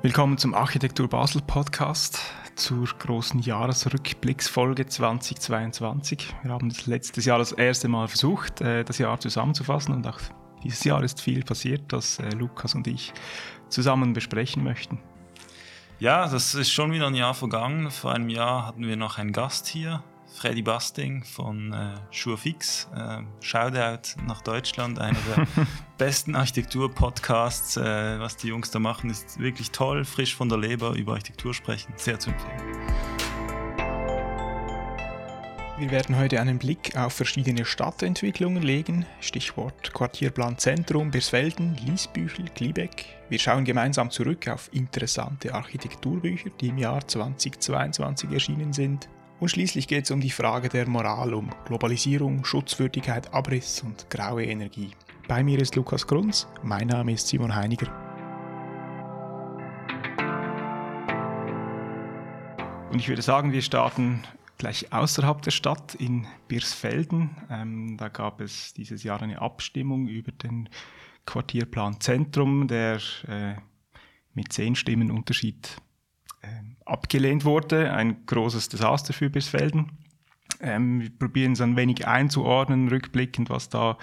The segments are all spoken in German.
Willkommen zum Architektur Basel Podcast zur großen Jahresrückblicksfolge 2022. Wir haben das letztes Jahr das erste Mal versucht, das Jahr zusammenzufassen, und auch dieses Jahr ist viel passiert, das Lukas und ich zusammen besprechen möchten. Ja, das ist schon wieder ein Jahr vergangen. Vor einem Jahr hatten wir noch einen Gast hier, Freddy Basting von Schurfix. Shoutout nach Deutschland, einer der besten Architektur-Podcasts. Was die Jungs da machen, ist wirklich toll, frisch von der Leber, über Architektur sprechen, sehr zu empfehlen. Wir werden heute einen Blick auf verschiedene Stadtentwicklungen legen, Stichwort Quartierplan Zentrum, Birsfelden, Liesbüchel, Gliebeck. Wir schauen gemeinsam zurück auf interessante Architekturbücher, die im Jahr 2022 erschienen sind. Und schließlich geht es um die Frage der Moral, um Globalisierung, Schutzwürdigkeit, Abriss und graue Energie. Bei mir ist Lukas Grunz, mein Name ist Simon Heiniger. Und ich würde sagen, wir starten gleich außerhalb der Stadt in Birsfelden. Da gab es dieses Jahr eine Abstimmung über den Quartierplan Zentrum, der mit 10 Stimmen Unterschied abgelehnt wurde. Ein großes Desaster für Birsfelden. Wir probieren es ein wenig einzuordnen, rückblickend, was da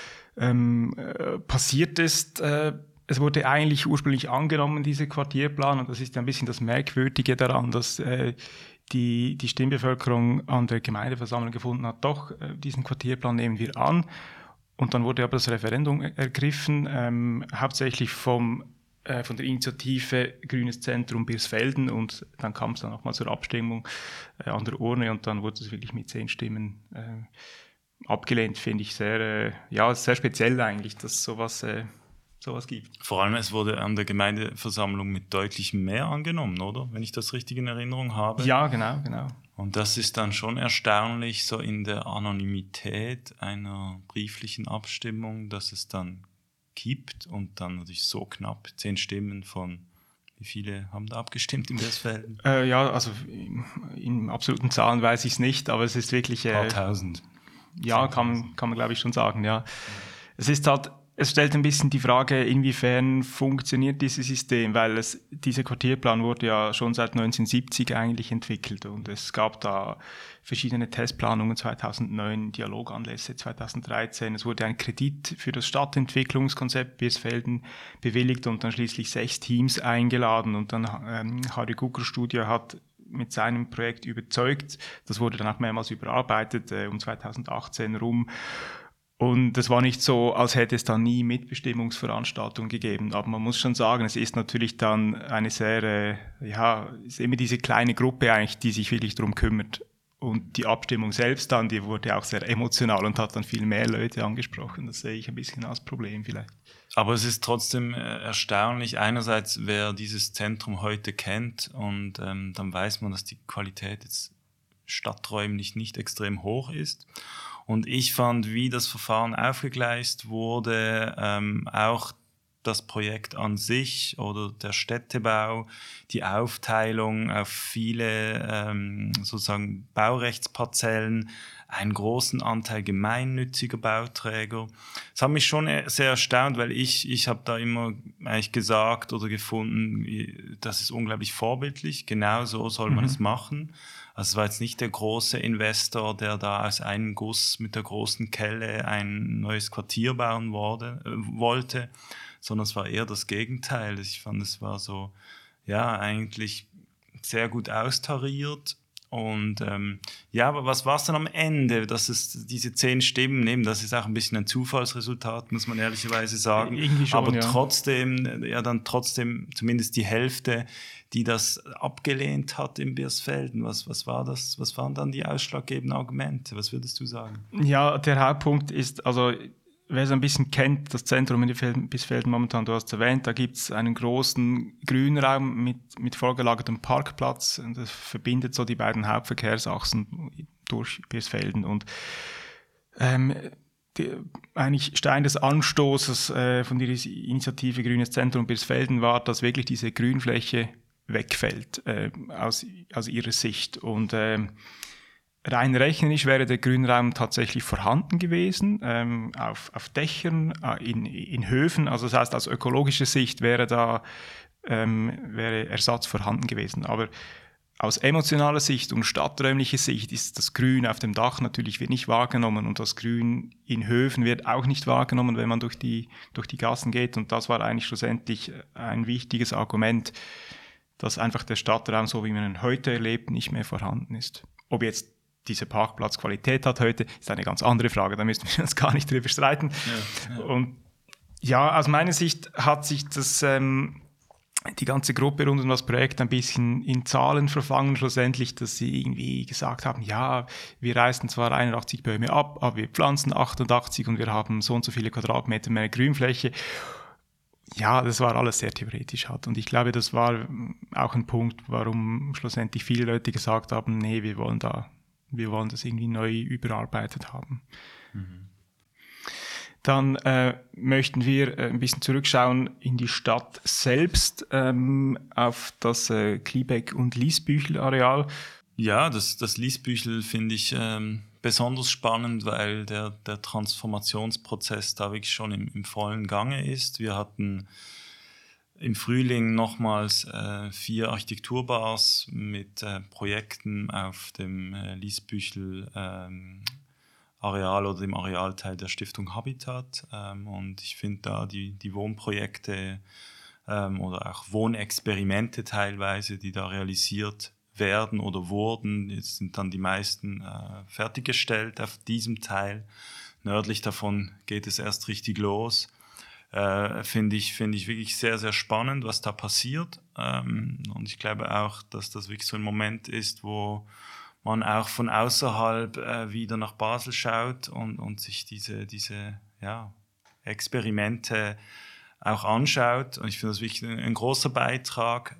passiert ist. Es wurde eigentlich ursprünglich angenommen, dieser Quartierplan, und das ist ein bisschen das Merkwürdige daran, dass die Stimmbevölkerung an der Gemeindeversammlung gefunden hat, doch, diesen Quartierplan nehmen wir an. Und dann wurde aber das Referendum ergriffen, hauptsächlich von der Initiative Grünes Zentrum Birsfelden, und dann kam es dann nochmal zur Abstimmung an der Urne, und dann wurde es wirklich mit 10 Stimmen abgelehnt. Finde ich sehr speziell eigentlich, dass sowas gibt. Vor allem, es wurde an der Gemeindeversammlung mit deutlich mehr angenommen, oder? Wenn ich das richtig in Erinnerung habe. Ja, genau. Und das ist dann schon erstaunlich, so in der Anonymität einer brieflichen Abstimmung, dass es dann gibt und dann natürlich so knapp 10 Stimmen von, wie viele haben da abgestimmt in Birsfelden? Also in absoluten Zahlen weiß ich es nicht, aber es ist wirklich... Ein paar tausend. Ja, kann man glaube ich schon sagen, ja. Es stellt ein bisschen die Frage, inwiefern funktioniert dieses System, weil dieser Quartierplan wurde ja schon seit 1970 eigentlich entwickelt, und es gab da verschiedene Testplanungen 2009, Dialoganlässe 2013. Es wurde ein Kredit für das Stadtentwicklungskonzept Birsfelden bewilligt und dann schließlich 6 Teams eingeladen, und dann Harry Gucker Studio hat mit seinem Projekt überzeugt. Das wurde dann auch mehrmals überarbeitet, um 2018 rum. Und es war nicht so, als hätte es dann nie Mitbestimmungsveranstaltungen gegeben. Aber man muss schon sagen, es ist natürlich dann eine sehr, ist immer diese kleine Gruppe eigentlich, die sich wirklich darum kümmert. Und die Abstimmung selbst dann, die wurde auch sehr emotional und hat dann viel mehr Leute angesprochen. Das sehe ich ein bisschen als Problem vielleicht. Aber es ist trotzdem erstaunlich. Einerseits, wer dieses Zentrum heute kennt, und dann weiß man, dass die Qualität jetzt stadträumlich nicht extrem hoch ist. Und ich fand, wie das Verfahren aufgegleist wurde, auch das Projekt an sich oder der Städtebau, die Aufteilung auf viele sozusagen Baurechtsparzellen, einen großen Anteil gemeinnütziger Bauträger. Das hat mich schon sehr erstaunt, weil ich habe da immer eigentlich gesagt oder gefunden, das ist unglaublich vorbildlich, genau so soll man es machen. Also es war jetzt nicht der große Investor, der da aus einem Guss mit der großen Kelle ein neues Quartier bauen wollte, sondern es war eher das Gegenteil. Ich fand, es war so, eigentlich sehr gut austariert. Und aber was war es dann am Ende, dass es diese 10 Stimmen nehmen? Das ist auch ein bisschen ein Zufallsresultat, muss man ehrlicherweise sagen. Irgendwie schon, aber ja. Trotzdem zumindest die Hälfte, die das abgelehnt hat in Birsfelden. Was war das? Was waren dann die ausschlaggebenden Argumente? Was würdest du sagen? Ja, der Hauptpunkt ist, also wer es ein bisschen kennt, das Zentrum in Birsfelden momentan, du hast es erwähnt, da gibt es einen großen Grünraum mit vorgelagertem Parkplatz, und das verbindet so die beiden Hauptverkehrsachsen durch Birsfelden. Und eigentlich Stein des Anstoßes von der Initiative Grünes Zentrum Birsfelden war, dass wirklich diese Grünfläche wegfällt aus ihrer Sicht. Und Rein rechnerisch wäre der Grünraum tatsächlich vorhanden gewesen, auf Dächern, in Höfen. Also das heißt, aus ökologischer Sicht wäre Ersatz vorhanden gewesen. Aber aus emotionaler Sicht und stadträumlicher Sicht ist das Grün auf dem Dach natürlich wird nicht wahrgenommen und das Grün in Höfen wird auch nicht wahrgenommen, wenn man durch die Gassen geht. Und das war eigentlich schlussendlich ein wichtiges Argument, dass einfach der Stadtraum, so wie man ihn heute erlebt, nicht mehr vorhanden ist. Ob jetzt diese Parkplatzqualität hat heute, ist eine ganz andere Frage, da müssen wir uns gar nicht drüber streiten. Ja. Und ja, aus meiner Sicht hat sich die ganze Gruppe rund um das Projekt ein bisschen in Zahlen verfangen, schlussendlich, dass sie irgendwie gesagt haben, ja, wir reißen zwar 81 Bäume ab, aber wir pflanzen 88 und wir haben so und so viele Quadratmeter mehr Grünfläche. Ja, das war alles sehr theoretisch halt. Und ich glaube, das war auch ein Punkt, warum schlussendlich viele Leute gesagt haben, nee, wir wollen das irgendwie neu überarbeitet haben. Mhm. Dann möchten wir ein bisschen zurückschauen in die Stadt selbst, auf das Kliebeck- und Liesbüchel-Areal. Ja, das Liesbüchel finde ich besonders spannend, weil der Transformationsprozess da wirklich schon im vollen Gange ist. Wir hatten im Frühling nochmals 4 Architekturbars mit Projekten auf dem Liesbüchel Areal oder dem Arealteil der Stiftung Habitat. Und ich finde da die Wohnprojekte oder auch Wohnexperimente teilweise, die da realisiert werden oder wurden, jetzt sind dann die meisten fertiggestellt auf diesem Teil. Nördlich davon geht es erst richtig los. Finde ich wirklich sehr, sehr spannend, was da passiert. Und ich glaube auch, dass das wirklich so ein Moment ist, wo man auch von außerhalb wieder nach Basel schaut und sich diese Experimente auch anschaut. Und ich finde das wirklich ein großer Beitrag.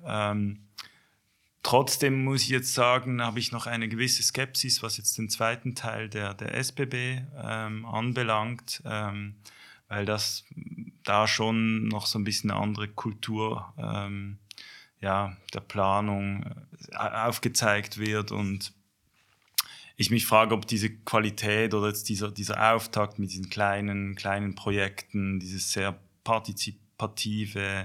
Trotzdem muss ich jetzt sagen, habe ich noch eine gewisse Skepsis, was jetzt den zweiten Teil der SBB anbelangt, weil das da schon noch so ein bisschen eine andere Kultur der Planung aufgezeigt wird und ich mich frage, ob diese Qualität oder jetzt dieser Auftakt mit diesen kleinen Projekten, dieses sehr partizipative,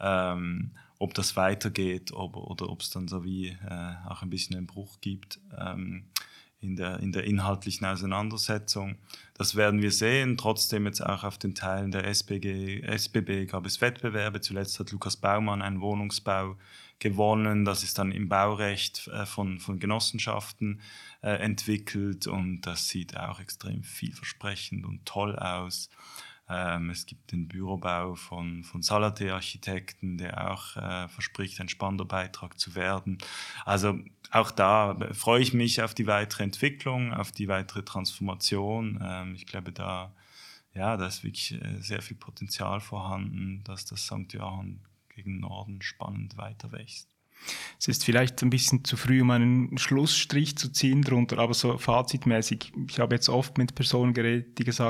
ob das weitergeht oder ob es dann so wie auch ein bisschen einen Bruch gibt in der inhaltlichen Auseinandersetzung. Das werden wir sehen. Trotzdem jetzt auch auf den Teilen der SBB gab es Wettbewerbe. Zuletzt hat Lukas Baumann einen Wohnungsbau gewonnen. Das ist dann im Baurecht von Genossenschaften entwickelt und das sieht auch extrem vielversprechend und toll aus. Es gibt den Bürobau von Salaté Architekten, der auch verspricht, ein spannender Beitrag zu werden. Also auch da freue ich mich auf die weitere Entwicklung, auf die weitere Transformation. Ich glaube, da ist wirklich sehr viel Potenzial vorhanden, dass das St. Johann gegen Norden spannend weiter wächst. Es ist vielleicht ein bisschen zu früh, um einen Schlussstrich zu ziehen drunter, aber so fazitmäßig, ich habe jetzt oft mit Personen geredet, die gesagt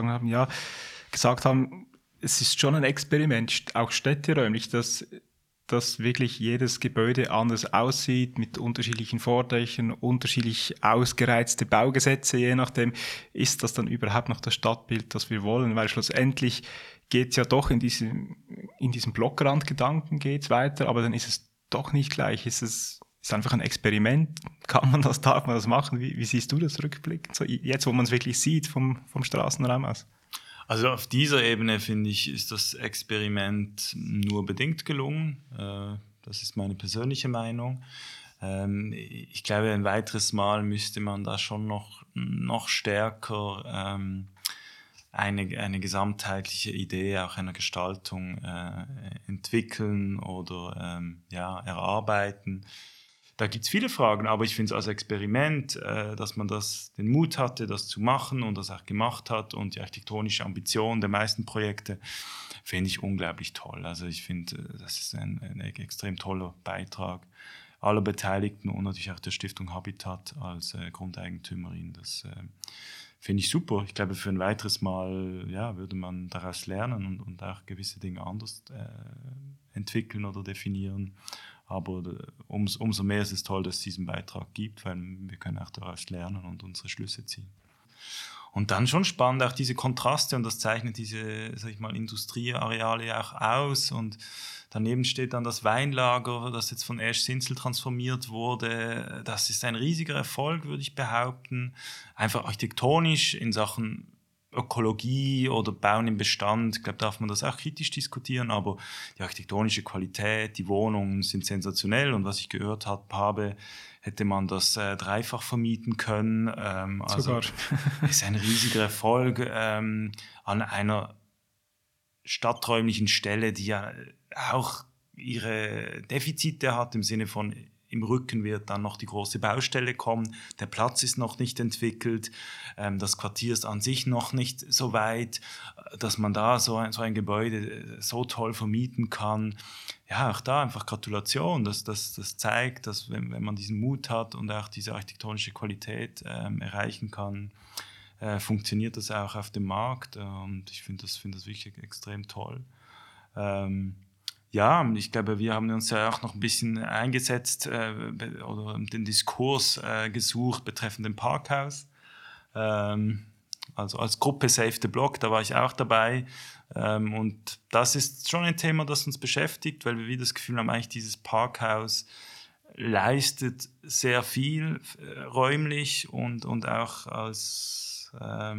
haben, es ist schon ein Experiment, auch städteräumlich, dass wirklich jedes Gebäude anders aussieht, mit unterschiedlichen Vordächern, unterschiedlich ausgereizte Baugesetze, je nachdem, ist das dann überhaupt noch das Stadtbild, das wir wollen, weil schlussendlich geht es ja doch in diesem Blockrandgedanken geht's weiter, aber dann ist es doch nicht gleich, ist einfach ein Experiment, darf man das machen, wie siehst du das rückblickend, so jetzt, wo man es wirklich sieht vom Straßenraum aus? Also auf dieser Ebene, finde ich, ist das Experiment nur bedingt gelungen. Das ist meine persönliche Meinung. Ich glaube, ein weiteres Mal müsste man da schon noch stärker eine gesamtheitliche Idee auch einer Gestaltung entwickeln oder erarbeiten. Da gibt es viele Fragen, aber ich finde es als Experiment, dass man den Mut hatte, das zu machen und das auch gemacht hat und die architektonische Ambition der meisten Projekte, finde ich unglaublich toll. Also ich finde, das ist ein extrem toller Beitrag aller Beteiligten und natürlich auch der Stiftung Habitat als Grundeigentümerin. Das finde ich super. Ich glaube, für ein weiteres Mal würde man daraus lernen und auch gewisse Dinge anders entwickeln oder definieren. Aber umso mehr ist es toll, dass es diesen Beitrag gibt, weil wir können auch daraus lernen und unsere Schlüsse ziehen. Und dann schon spannend auch diese Kontraste, und das zeichnet diese, sag ich mal, Industrieareale ja auch aus. Und daneben steht dann das Weinlager, das jetzt von Ash Sinsel transformiert wurde. Das ist ein riesiger Erfolg, würde ich behaupten. Einfach architektonisch in Sachen Ökologie oder Bauen im Bestand, ich glaube, darf man das auch kritisch diskutieren, aber die architektonische Qualität, die Wohnungen sind sensationell, und was ich gehört habe, hätte man das dreifach vermieten können. Also ist ein riesiger Erfolg an einer stadträumlichen Stelle, die ja auch ihre Defizite hat, im Sinne von, im Rücken wird dann noch die große Baustelle kommen, der Platz ist noch nicht entwickelt, das Quartier ist an sich noch nicht so weit, dass man da so ein Gebäude so toll vermieten kann. Ja, auch da einfach Gratulation, das zeigt, dass wenn man diesen Mut hat und auch diese architektonische Qualität erreichen kann, funktioniert das auch auf dem Markt, und ich finde das wirklich extrem toll. Ja, ich glaube, wir haben uns ja auch noch ein bisschen eingesetzt oder den Diskurs gesucht betreffend dem Parkhaus. Also als Gruppe Save the Block, da war ich auch dabei. Und das ist schon ein Thema, das uns beschäftigt, weil wir das Gefühl haben, eigentlich dieses Parkhaus leistet sehr viel räumlich und auch als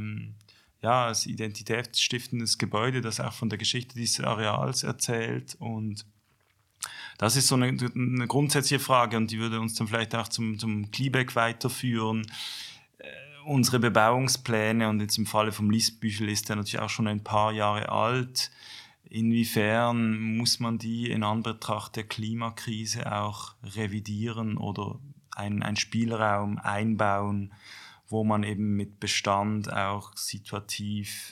identitätsstiftendes Gebäude, das auch von der Geschichte dieses Areals erzählt. Und das ist so eine grundsätzliche Frage, und die würde uns dann vielleicht auch zum Kliebeck weiterführen. Unsere Bebauungspläne, und jetzt im Falle vom Liesbüchel ist der natürlich auch schon ein paar Jahre alt. Inwiefern muss man die in Anbetracht der Klimakrise auch revidieren oder einen Spielraum einbauen, wo man eben mit Bestand auch situativ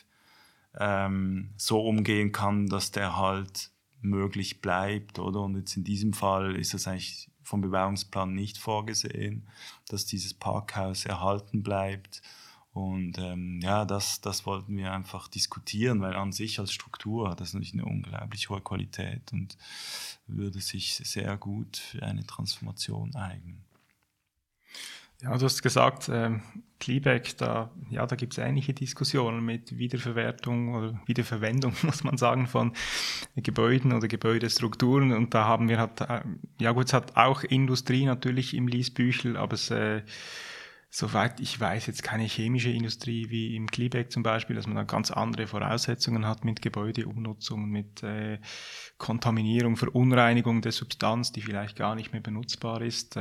so umgehen kann, dass der halt möglich bleibt, oder? Und jetzt in diesem Fall ist das eigentlich vom Bebauungsplan nicht vorgesehen, dass dieses Parkhaus erhalten bleibt. Und das wollten wir einfach diskutieren, weil an sich als Struktur hat das natürlich eine unglaublich hohe Qualität und würde sich sehr gut für eine Transformation eignen. Ja, du hast gesagt, Kliebeck, da gibt es ähnliche Diskussionen mit Wiederverwertung oder Wiederverwendung, muss man sagen, von Gebäuden oder Gebäudestrukturen. Und da haben wir es hat auch Industrie natürlich im Liesbüchel, aber es soweit ich weiß, jetzt keine chemische Industrie wie im Kliebeck zum Beispiel, dass man da ganz andere Voraussetzungen hat mit Gebäudeumnutzung, mit Kontaminierung, Verunreinigung der Substanz, die vielleicht gar nicht mehr benutzbar ist.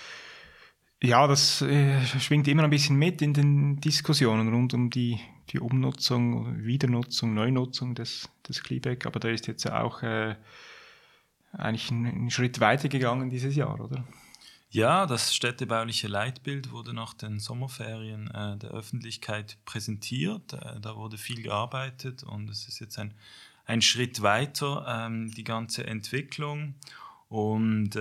Das schwingt immer ein bisschen mit in den Diskussionen rund um die Umnutzung, Wiedernutzung, Neunutzung des Kliebeck. Aber da ist jetzt ja auch eigentlich ein Schritt weiter gegangen dieses Jahr, oder? Ja, das städtebauliche Leitbild wurde nach den Sommerferien der Öffentlichkeit präsentiert. Da wurde viel gearbeitet, und es ist jetzt ein Schritt weiter, die ganze Entwicklung. Und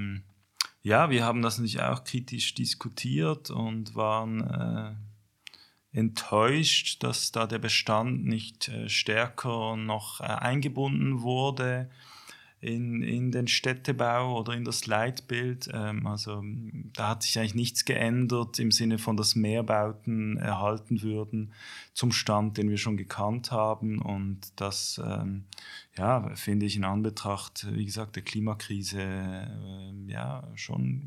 wir haben das natürlich auch kritisch diskutiert und waren enttäuscht, dass da der Bestand nicht stärker noch eingebunden wurde in den Städtebau oder in das Leitbild. Also da hat sich eigentlich nichts geändert im Sinne von, dass mehr Bauten erhalten würden zum Stand, den wir schon gekannt haben. Und das finde ich in Anbetracht, wie gesagt, der Klimakrise schon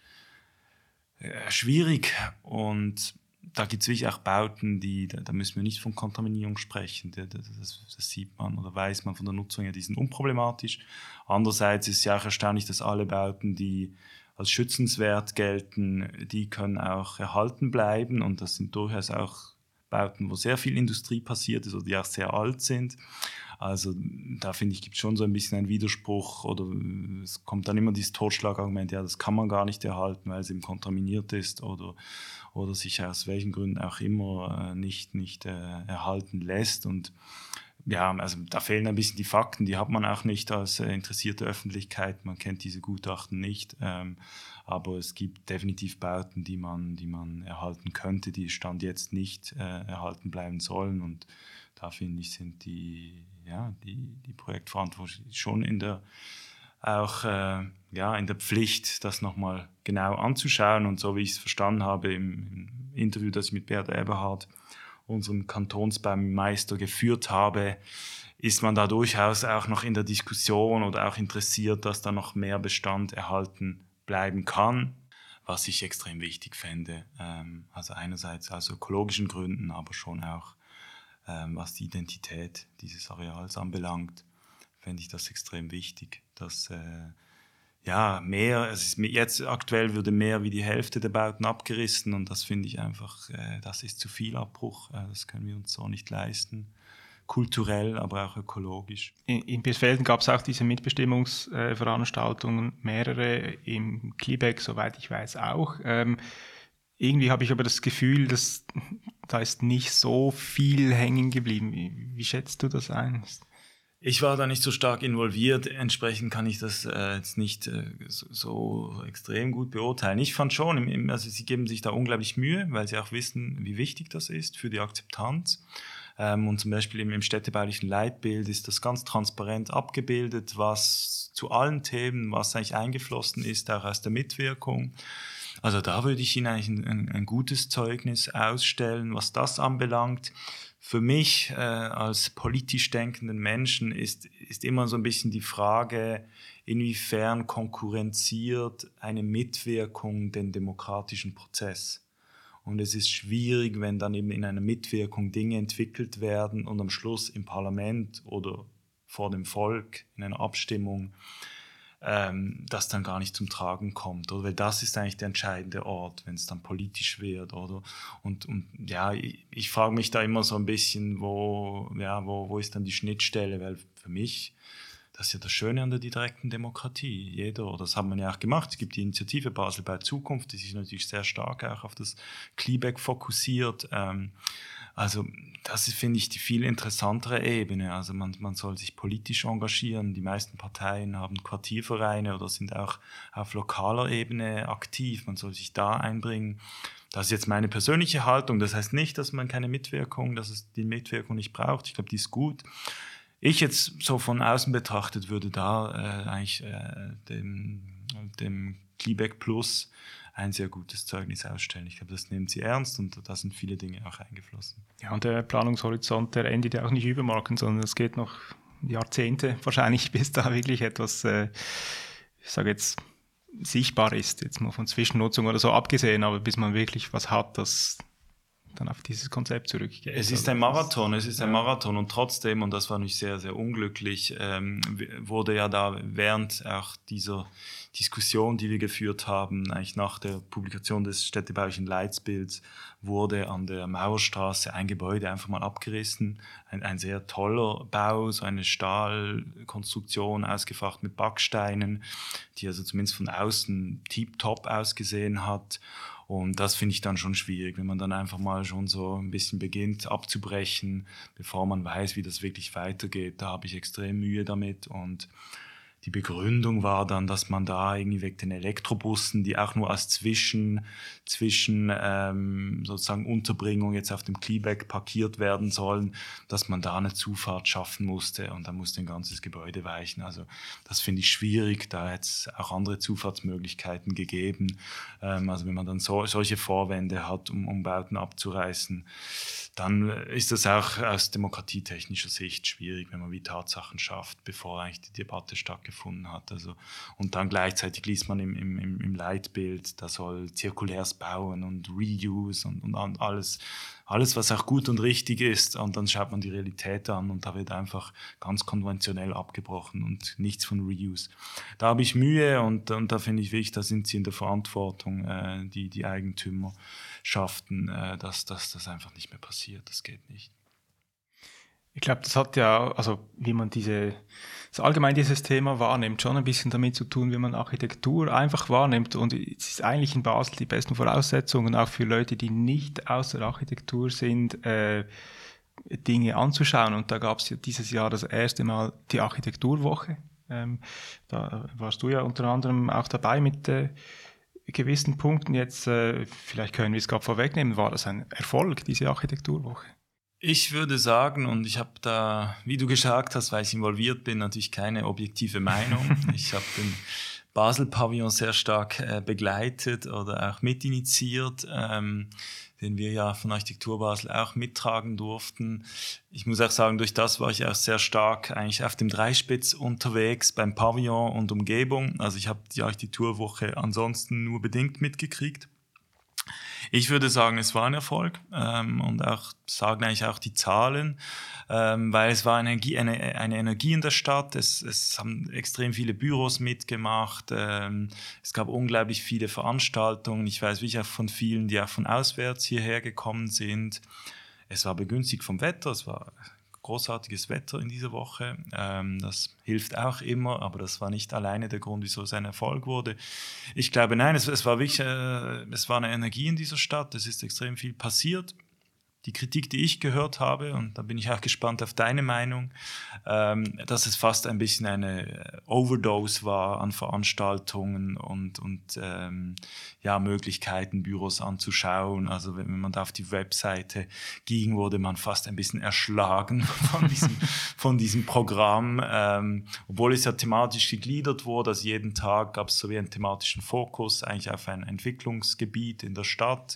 schwierig. Und da gibt es wirklich auch Bauten, da müssen wir nicht von Kontaminierung sprechen. Das sieht man oder weiß man von der Nutzung her, die sind unproblematisch. Andererseits ist es ja auch erstaunlich, dass alle Bauten, die als schützenswert gelten, die können auch erhalten bleiben. Und das sind durchaus auch Bauten, wo sehr viel Industrie passiert ist oder die auch sehr alt sind. Also da finde ich, gibt es schon so ein bisschen einen Widerspruch, oder es kommt dann immer dieses Totschlagargument, ja, das kann man gar nicht erhalten, weil es eben kontaminiert ist oder sich aus welchen Gründen auch immer nicht erhalten lässt. Und ja, also da fehlen ein bisschen die Fakten, die hat man auch nicht als interessierte Öffentlichkeit, man kennt diese Gutachten nicht, aber es gibt definitiv Bauten, die man erhalten könnte, die Stand jetzt nicht erhalten bleiben sollen, und da finde ich, sind die Projektverantwortlichen schon in der auch in der Pflicht, das nochmal genau anzuschauen. Und so wie ich es verstanden habe im Interview, das ich mit Beat Eberhard, unserem Kantonsbaumeister, geführt habe, ist man da durchaus auch noch in der Diskussion oder auch interessiert, dass da noch mehr Bestand erhalten bleiben kann, was ich extrem wichtig fände. Also einerseits aus ökologischen Gründen, aber schon auch was die Identität dieses Areals anbelangt, fände ich das extrem wichtig, dass jetzt aktuell würde mehr wie die Hälfte der Bauten abgerissen und das finde ich einfach, das ist zu viel Abbruch, das können wir uns so nicht leisten. Kulturell, aber auch ökologisch. In Birsfelden gab es auch diese Mitbestimmungsveranstaltungen, mehrere, im Kleebeck, soweit ich weiß, auch. Irgendwie habe ich aber das Gefühl, dass da ist nicht so viel hängen geblieben. Wie schätzt du das ein? Ich war da nicht so stark involviert, entsprechend kann ich das jetzt nicht so extrem gut beurteilen. Ich fand schon, also sie geben sich da unglaublich Mühe, weil sie auch wissen, wie wichtig das ist für die Akzeptanz. Und zum Beispiel im städtebaulichen Leitbild ist das ganz transparent abgebildet, was zu allen Themen, was eigentlich eingeflossen ist, auch aus der Mitwirkung. Also da würde ich Ihnen eigentlich ein gutes Zeugnis ausstellen, was das anbelangt. Für mich als politisch denkenden Menschen ist immer so ein bisschen die Frage, inwiefern konkurrenziert eine Mitwirkung den demokratischen Prozess. Und es ist schwierig, wenn dann eben in einer Mitwirkung Dinge entwickelt werden und am Schluss im Parlament oder vor dem Volk in einer Abstimmung das dann gar nicht zum Tragen kommt. Oder? Weil das ist eigentlich der entscheidende Ort, wenn es dann politisch wird. Oder? Und ich frage mich da immer so ein bisschen, wo ist dann die Schnittstelle? Weil für mich, das ist ja das Schöne an der direkten Demokratie. Das hat man ja auch gemacht. Es gibt die Initiative Basel bei Zukunft, die sich natürlich sehr stark auch auf das Kleebeck fokussiert. Also das ist, finde ich, die viel interessantere Ebene. Also man soll sich politisch engagieren. Die meisten Parteien haben Quartiervereine oder sind auch auf lokaler Ebene aktiv. Man soll sich da einbringen. Das ist jetzt meine persönliche Haltung. Das heißt nicht, dass man dass es die Mitwirkung nicht braucht. Ich glaube, die ist gut. Ich jetzt so von außen betrachtet würde da eigentlich dem Kleebeck Plus ein sehr gutes Zeugnis ausstellen. Ich glaube, das nehmen sie ernst und da sind viele Dinge auch eingeflossen. Ja, und der Planungshorizont, der endet ja auch nicht übermorgen, sondern es geht noch Jahrzehnte wahrscheinlich, bis da wirklich etwas, ich sage jetzt, sichtbar ist. Jetzt mal von Zwischennutzung oder so abgesehen, aber bis man wirklich was hat, das dann auf dieses Konzept zurückgeht. Es ist ein Marathon, und trotzdem, und das war nicht sehr, sehr unglücklich, wurde ja da während auch dieser Diskussion, die wir geführt haben, eigentlich nach der Publikation des städtebaulichen Leitbilds, wurde an der Mauerstraße ein Gebäude einfach mal abgerissen. Ein sehr toller Bau, so eine Stahlkonstruktion, ausgefacht mit Backsteinen, die also zumindest von außen tiptop ausgesehen hat. Und das finde ich dann schon schwierig, wenn man dann einfach mal schon so ein bisschen beginnt abzubrechen, bevor man weiß, wie das wirklich weitergeht. Da habe ich extrem Mühe damit und die Begründung war dann, dass man da irgendwie wegen den Elektrobussen, die auch nur als zwischen sozusagen Unterbringung jetzt auf dem Kleebeck parkiert werden sollen, dass man da eine Zufahrt schaffen musste und dann musste ein ganzes Gebäude weichen. Also das finde ich schwierig, da hätte es auch andere Zufahrtsmöglichkeiten gegeben. Also wenn man dann solche Vorwände hat, um Bauten abzureißen, dann ist das auch aus demokratietechnischer Sicht schwierig, wenn man wie Tatsachen schafft, bevor eigentlich die Debatte stattgefunden hat. Also, und dann gleichzeitig liest man im Leitbild, da soll zirkuläres Bauen und Reuse und alles, was auch gut und richtig ist. Und dann schaut man die Realität an und da wird einfach ganz konventionell abgebrochen und nichts von Reuse. Da habe ich Mühe und da finde ich wichtig, da sind sie in der Verantwortung, die Eigentümerschaften, dass das einfach nicht mehr passiert. Das geht nicht. Ich glaube, das hat ja, also wie man allgemein dieses Thema wahrnimmt, schon ein bisschen damit zu tun, wie man Architektur einfach wahrnimmt. Und es ist eigentlich in Basel die besten Voraussetzungen, auch für Leute, die nicht aus der Architektur sind, Dinge anzuschauen. Und da gab es ja dieses Jahr das erste Mal die Architekturwoche. Da warst du ja unter anderem auch dabei mit gewissen Punkten. Jetzt, vielleicht können wir es gerade vorwegnehmen, war das ein Erfolg, diese Architekturwoche? Ich würde sagen, und ich habe da, wie du gesagt hast, weil ich involviert bin, natürlich keine objektive Meinung. Ich habe den Basel-Pavillon sehr stark begleitet oder auch mitinitiiert, den wir ja von Architektur Basel auch mittragen durften. Ich muss auch sagen, durch das war ich auch sehr stark eigentlich auf dem Dreispitz unterwegs beim Pavillon und Umgebung. Also ich habe die Architekturwoche ansonsten nur bedingt mitgekriegt. Ich würde sagen, es war ein Erfolg und auch sagen eigentlich auch die Zahlen, weil es war eine Energie in der Stadt. Es haben extrem viele Büros mitgemacht. Es gab unglaublich viele Veranstaltungen. Ich weiß wirklich auch von vielen, die auch von auswärts hierher gekommen sind. Es war begünstigt vom Wetter. Es war großartiges Wetter in dieser Woche. Das hilft auch immer, aber das war nicht alleine der Grund, wieso es ein Erfolg wurde. Ich glaube, nein, es war wirklich, es war eine Energie in dieser Stadt. Es ist extrem viel passiert. Die Kritik, die ich gehört habe, und da bin ich auch gespannt auf deine Meinung, dass es fast ein bisschen eine Overdose war an Veranstaltungen und ja, Möglichkeiten, Büros anzuschauen. Also wenn man da auf die Webseite ging, wurde man fast ein bisschen erschlagen von diesem Programm, obwohl es ja thematisch gegliedert wurde. Also jeden Tag gab es so wie einen thematischen Fokus eigentlich auf ein Entwicklungsgebiet in der Stadt.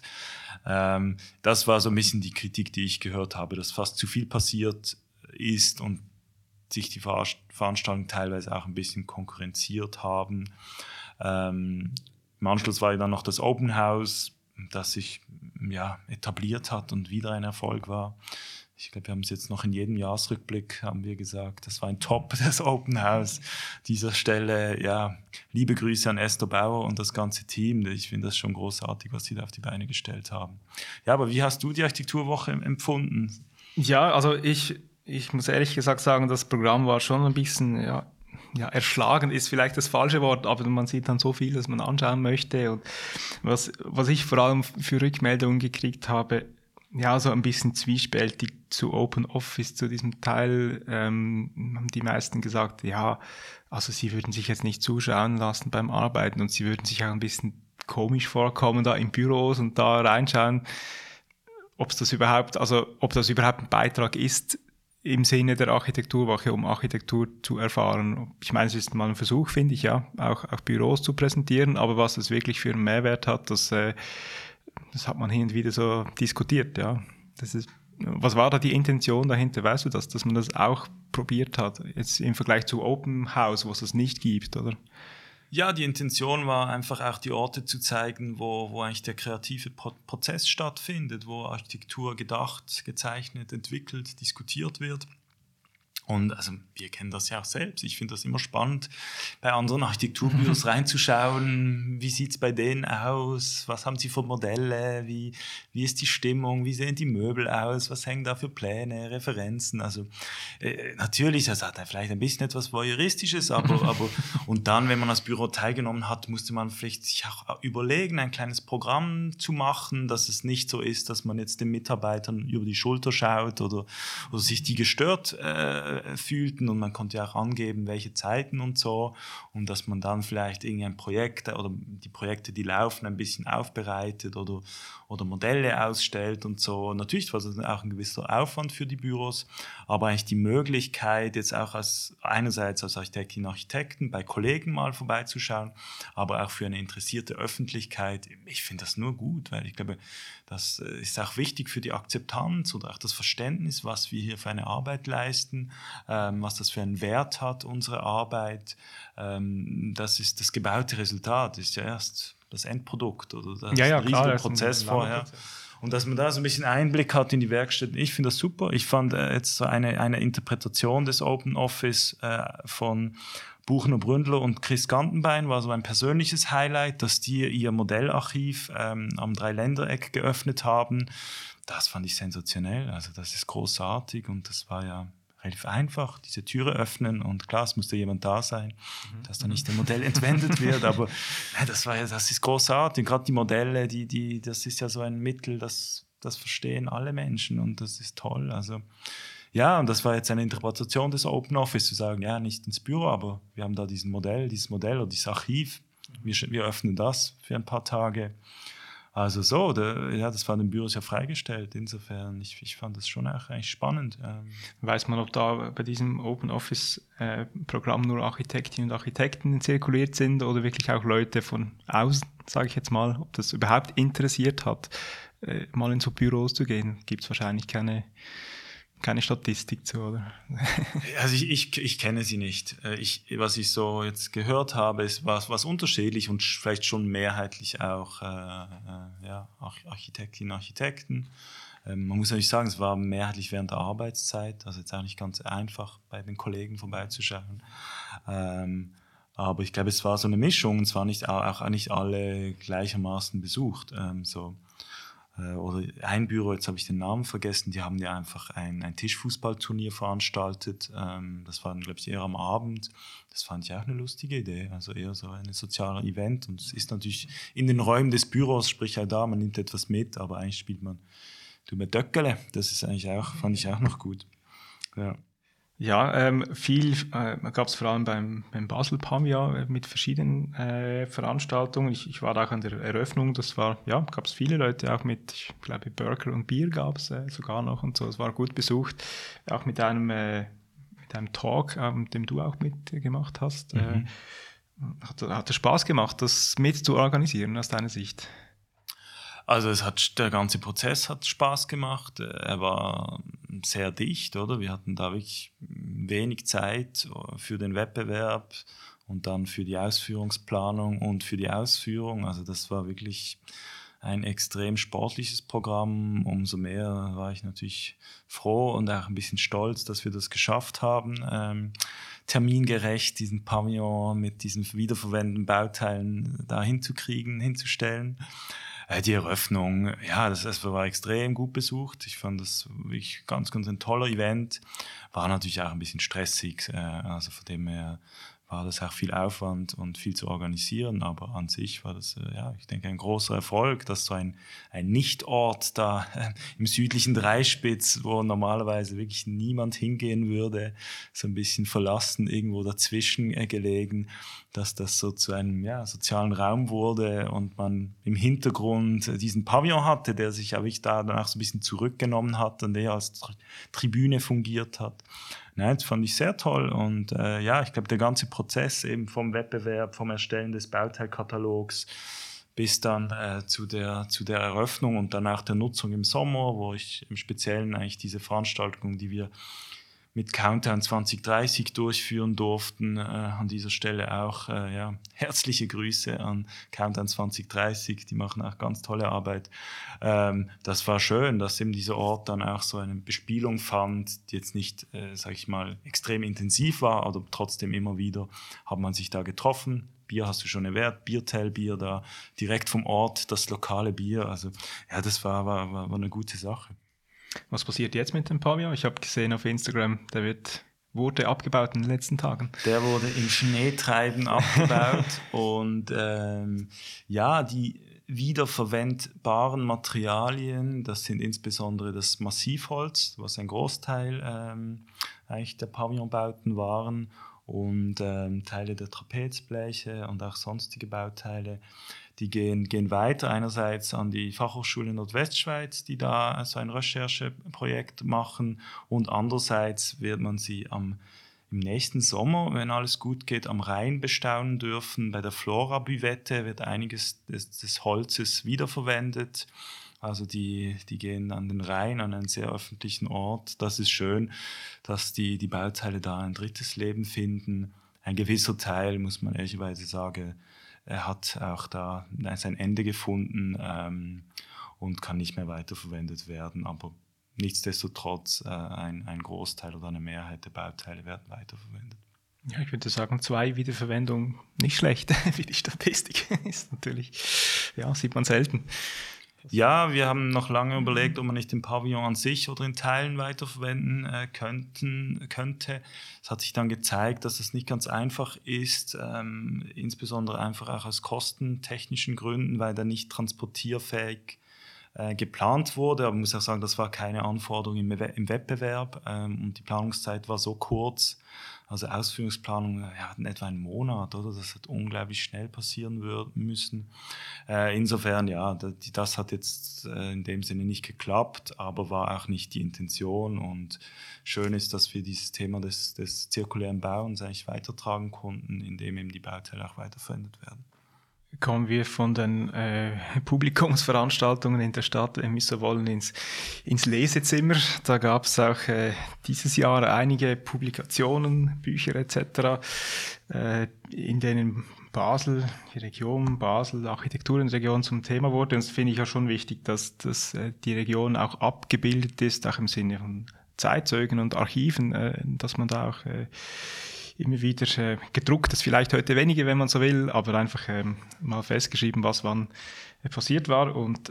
Das war so ein bisschen die Kritik, die ich gehört habe, dass fast zu viel passiert ist und sich die Veranstaltungen teilweise auch ein bisschen konkurrenziert haben. Im Anschluss war ja dann noch das Open House, das sich ja, etabliert hat und wieder ein Erfolg war. Ich glaube, wir haben es jetzt noch in jedem Jahresrückblick, haben wir gesagt, das war ein Top, das Open House. Dieser Stelle, ja, liebe Grüße an Esther Bauer und das ganze Team. Ich finde das schon großartig, was sie da auf die Beine gestellt haben. Ja, aber wie hast du die Architekturwoche empfunden? Ja, also ich muss ehrlich gesagt sagen, das Programm war schon ein bisschen, ja, erschlagen ist vielleicht das falsche Wort, aber man sieht dann so viel, dass man anschauen möchte. Und was ich vor allem für Rückmeldungen gekriegt habe, ja, so ein bisschen zwiespältig zu Open Office, zu diesem Teil, haben die meisten gesagt, ja, also sie würden sich jetzt nicht zuschauen lassen beim Arbeiten und sie würden sich auch ein bisschen komisch vorkommen da in Büros und da reinschauen, ob das überhaupt ein Beitrag ist im Sinne der Architekturwoche, um Architektur zu erfahren. Ich meine, es ist mal ein Versuch, finde ich, ja, auch Büros zu präsentieren, aber was es wirklich für einen Mehrwert hat, das hat man hin und wieder so diskutiert, ja. Was war da die Intention dahinter? Weißt du das, dass man das auch probiert hat? Jetzt im Vergleich zu Open House, wo es das nicht gibt, oder? Ja, die Intention war einfach auch die Orte zu zeigen, wo eigentlich der kreative Prozess stattfindet, wo Architektur gedacht, gezeichnet, entwickelt, diskutiert wird. Und also wir kennen das ja auch selbst. Ich finde das immer spannend, bei anderen Architekturbüros reinzuschauen. Wie sieht's bei denen aus? Was haben sie für Modelle? Wie ist die Stimmung? Wie sehen die Möbel aus? Was hängen da für Pläne, Referenzen? Also natürlich, das hat vielleicht ein bisschen etwas Voyeuristisches, aber und dann, wenn man als Büro teilgenommen hat, musste man vielleicht sich auch überlegen, ein kleines Programm zu machen, dass es nicht so ist, dass man jetzt den Mitarbeitern über die Schulter schaut oder sich die gestört fühlten, und man konnte ja auch angeben, welche Zeiten und so, und dass man dann vielleicht irgendein Projekt oder die Projekte, die laufen, ein bisschen aufbereitet oder Modelle ausstellt und so. Natürlich war das auch ein gewisser Aufwand für die Büros, aber eigentlich die Möglichkeit, jetzt auch einerseits als Architektin und Architekten bei Kollegen mal vorbeizuschauen, aber auch für eine interessierte Öffentlichkeit. Ich finde das nur gut, weil ich glaube, das ist auch wichtig für die Akzeptanz oder auch das Verständnis, was wir hier für eine Arbeit leisten, was das für einen Wert hat, unsere Arbeit. Das ist das gebaute Resultat, ist ja erst das Endprodukt oder das riesige Prozess vorher. Und dass man da so ein bisschen Einblick hat in die Werkstätten, ich finde das super. Ich fand jetzt so eine Interpretation des Open Office von Buchner Bründler und Chris Gantenbein war so ein persönliches Highlight, dass die ihr Modellarchiv am Dreiländereck geöffnet haben. Das fand ich sensationell, also das ist großartig, und das war ja relativ einfach, diese Türe öffnen, und klar, es musste jemand da sein, dass da nicht ein Modell entwendet wird, aber das ist großartig, gerade die Modelle, das ist ja so ein Mittel, das verstehen alle Menschen, und das ist toll, also ja, und das war jetzt eine Interpretation des Open Office, zu sagen, ja, nicht ins Büro, aber wir haben da dieses Modell oder dieses Archiv, wir öffnen das für ein paar Tage. Also so, das war den Büros ja freigestellt. Insofern, ich fand das schon auch eigentlich spannend. Weiß man, ob da bei diesem Open Office-Programm nur Architektinnen und Architekten zirkuliert sind oder wirklich auch Leute von außen, sage ich jetzt mal, ob das überhaupt interessiert hat, mal in so Büros zu gehen? Gibt es wahrscheinlich keine Statistik zu, oder? Also ich kenne sie nicht. Was ich so jetzt gehört habe, ist was unterschiedlich und vielleicht schon mehrheitlich auch Architektinnen und Architekten. Man muss natürlich sagen, es war mehrheitlich während der Arbeitszeit, also jetzt auch nicht ganz einfach, bei den Kollegen vorbeizuschauen. Aber ich glaube, es war so eine Mischung, und es war auch nicht alle gleichermaßen besucht. Oder ein Büro, jetzt habe ich den Namen vergessen, die haben ja einfach ein Tischfußballturnier veranstaltet. Das war dann, glaube ich, eher am Abend. Das fand ich auch eine lustige Idee, also eher so ein sozialer Event. Und es ist natürlich in den Räumen des Büros, sprich halt da, man nimmt etwas mit, aber eigentlich spielt man Döckele. Das ist eigentlich auch, fand ich auch noch gut. Ja. Ja, viel gab es vor allem beim Basel Pavillon mit verschiedenen Veranstaltungen. Ich war da auch an der Eröffnung, gab es viele Leute, auch mit, ich glaube, Burger und Bier gab es sogar noch und so. Es war gut besucht, auch mit einem Talk, den du auch mitgemacht hast. Hat es Spaß gemacht, das mit zu organisieren aus deiner Sicht? Also der ganze Prozess hat Spaß gemacht. Er war sehr dicht, oder? Wir hatten da wirklich wenig Zeit für den Wettbewerb und dann für die Ausführungsplanung und für die Ausführung. Also das war wirklich ein extrem sportliches Programm. Umso mehr war ich natürlich froh und auch ein bisschen stolz, dass wir das geschafft haben, termingerecht diesen Pavillon mit diesen wiederverwendeten Bauteilen da hinzustellen. Die Eröffnung, ja, das war extrem gut besucht. Ich fand das wirklich ganz, ganz ein toller Event. War natürlich auch ein bisschen stressig, also von dem her war das auch viel Aufwand und viel zu organisieren, aber an sich war das, ich denke, ein großer Erfolg, dass so ein Nichtort da im südlichen Dreispitz, wo normalerweise wirklich niemand hingehen würde, so ein bisschen verlassen, irgendwo dazwischen gelegen, dass das so zu einem sozialen Raum wurde und man im Hintergrund diesen Pavillon hatte, der sich aber da danach so ein bisschen zurückgenommen hat und der als Tribüne fungiert hat. Nein, das fand ich sehr toll und ich glaube, der ganze Prozess eben vom Wettbewerb, vom Erstellen des Bauteilkatalogs bis dann zu der Eröffnung und danach der Nutzung im Sommer, wo ich im Speziellen eigentlich diese Veranstaltung, die wir mit Countdown 2030 durchführen durften. An dieser Stelle auch herzliche Grüße an Countdown 2030, die machen auch ganz tolle Arbeit. Das war schön, dass eben dieser Ort dann auch so eine Bespielung fand, die jetzt nicht, sage ich mal, extrem intensiv war, aber trotzdem immer wieder hat man sich da getroffen. Bier hast du schon erwähnt, Biertelbier da, direkt vom Ort, das lokale Bier. Also ja, das war eine gute Sache. Was passiert jetzt mit dem Pavillon? Ich habe gesehen auf Instagram, wurde abgebaut in den letzten Tagen. Der wurde im Schneetreiben abgebaut und die wiederverwendbaren Materialien, das sind insbesondere das Massivholz, was ein Großteil eigentlich der Pavillonbauten waren, und Teile der Trapezbleche und auch sonstige Bauteile. Die gehen weiter, einerseits an die Fachhochschule Nordwestschweiz, die da so ein Rechercheprojekt machen, und andererseits wird man sie im nächsten Sommer, wenn alles gut geht, am Rhein bestaunen dürfen. Bei der Flora-Büvette wird einiges des Holzes wiederverwendet. Also die gehen an den Rhein, an einen sehr öffentlichen Ort. Das ist schön, dass die Bauteile da ein drittes Leben finden. Ein gewisser Teil, muss man ehrlicherweise sagen, er hat auch da sein Ende gefunden und kann nicht mehr weiterverwendet werden. Aber nichtsdestotrotz, ein Großteil oder eine Mehrheit der Bauteile werden weiterverwendet. Ja, ich würde sagen, 2 Wiederverwendungen nicht schlecht, wie die Statistik ist natürlich. Ja, sieht man selten. Ja, wir haben noch lange überlegt, ob man nicht den Pavillon an sich oder in Teilen weiterverwenden könnte. Es hat sich dann gezeigt, dass es nicht ganz einfach ist, insbesondere einfach auch aus kostentechnischen Gründen, weil der nicht transportierfähig geplant wurde. Aber man muss auch sagen, das war keine Anforderung im Wettbewerb und die Planungszeit war so kurz, Also Ausführungsplanung, wir hatten etwa einen Monat, oder? Das hat unglaublich schnell passieren müssen. Insofern, ja, das hat jetzt in dem Sinne nicht geklappt, aber war auch nicht die Intention. Und schön ist, dass wir dieses Thema des zirkulären Bauens eigentlich weitertragen konnten, indem eben die Bauteile auch weiterverwendet werden. Kommen wir von den Publikumsveranstaltungen in der Stadt, wenn wir so wollen, ins Lesezimmer. Da gab es auch dieses Jahr einige Publikationen, Bücher etc., in denen Basel, die Region Basel, Architekturenregion zum Thema wurde. Und das finde ich ja schon wichtig, dass die Region auch abgebildet ist, auch im Sinne von Zeitzeugen und Archiven, dass man da auch immer wieder gedruckt, das vielleicht heute weniger, wenn man so will, aber einfach mal festgeschrieben, was wann passiert war. Und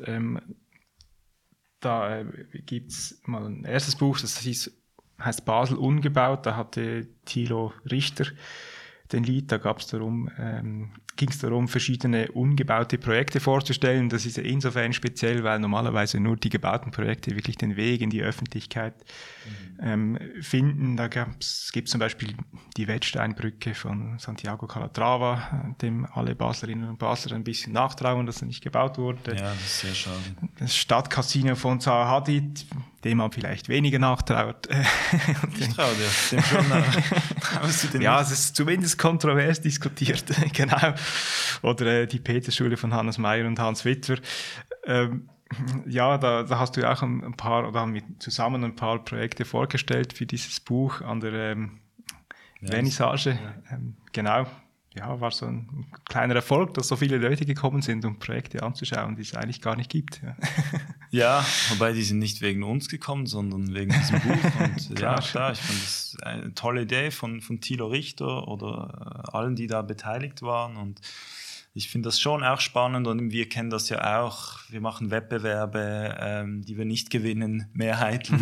da gibt's mal ein erstes Buch, das heißt Basel ungebaut, da hatte Thilo Richter den Lied, da ging es darum, verschiedene ungebaute Projekte vorzustellen. Das ist ja insofern speziell, weil normalerweise nur die gebauten Projekte wirklich den Weg in die Öffentlichkeit finden. Da gibt's zum Beispiel die Wettsteinbrücke von Santiago Calatrava, dem alle Baslerinnen und Basler ein bisschen nachtrauen, dass er nicht gebaut wurde. Ja, das ist sehr schade. Das Stadtcasino von Zaha Hadid, dem man vielleicht weniger nachtraut. Ich traue dir, dem schon. Ja, es ist zumindest kontrovers diskutiert, genau. Oder die Peterschule von Hannes Meyer und Hans Witwer. Ja, da hast du ja auch ein paar, oder haben wir zusammen ein paar Projekte vorgestellt für dieses Buch an der Vernissage. Ja. Genau. Ja, war so ein kleiner Erfolg, dass so viele Leute gekommen sind, um Projekte anzuschauen, die es eigentlich gar nicht gibt. Ja, wobei die sind nicht wegen uns gekommen, sondern wegen diesem Buch. Und ja, klar, ich fand das eine tolle Idee von Thilo Richter oder allen, die da beteiligt waren. Und ich finde das schon auch spannend und wir kennen das ja auch. Wir machen Wettbewerbe, die wir nicht gewinnen, mehrheitlich.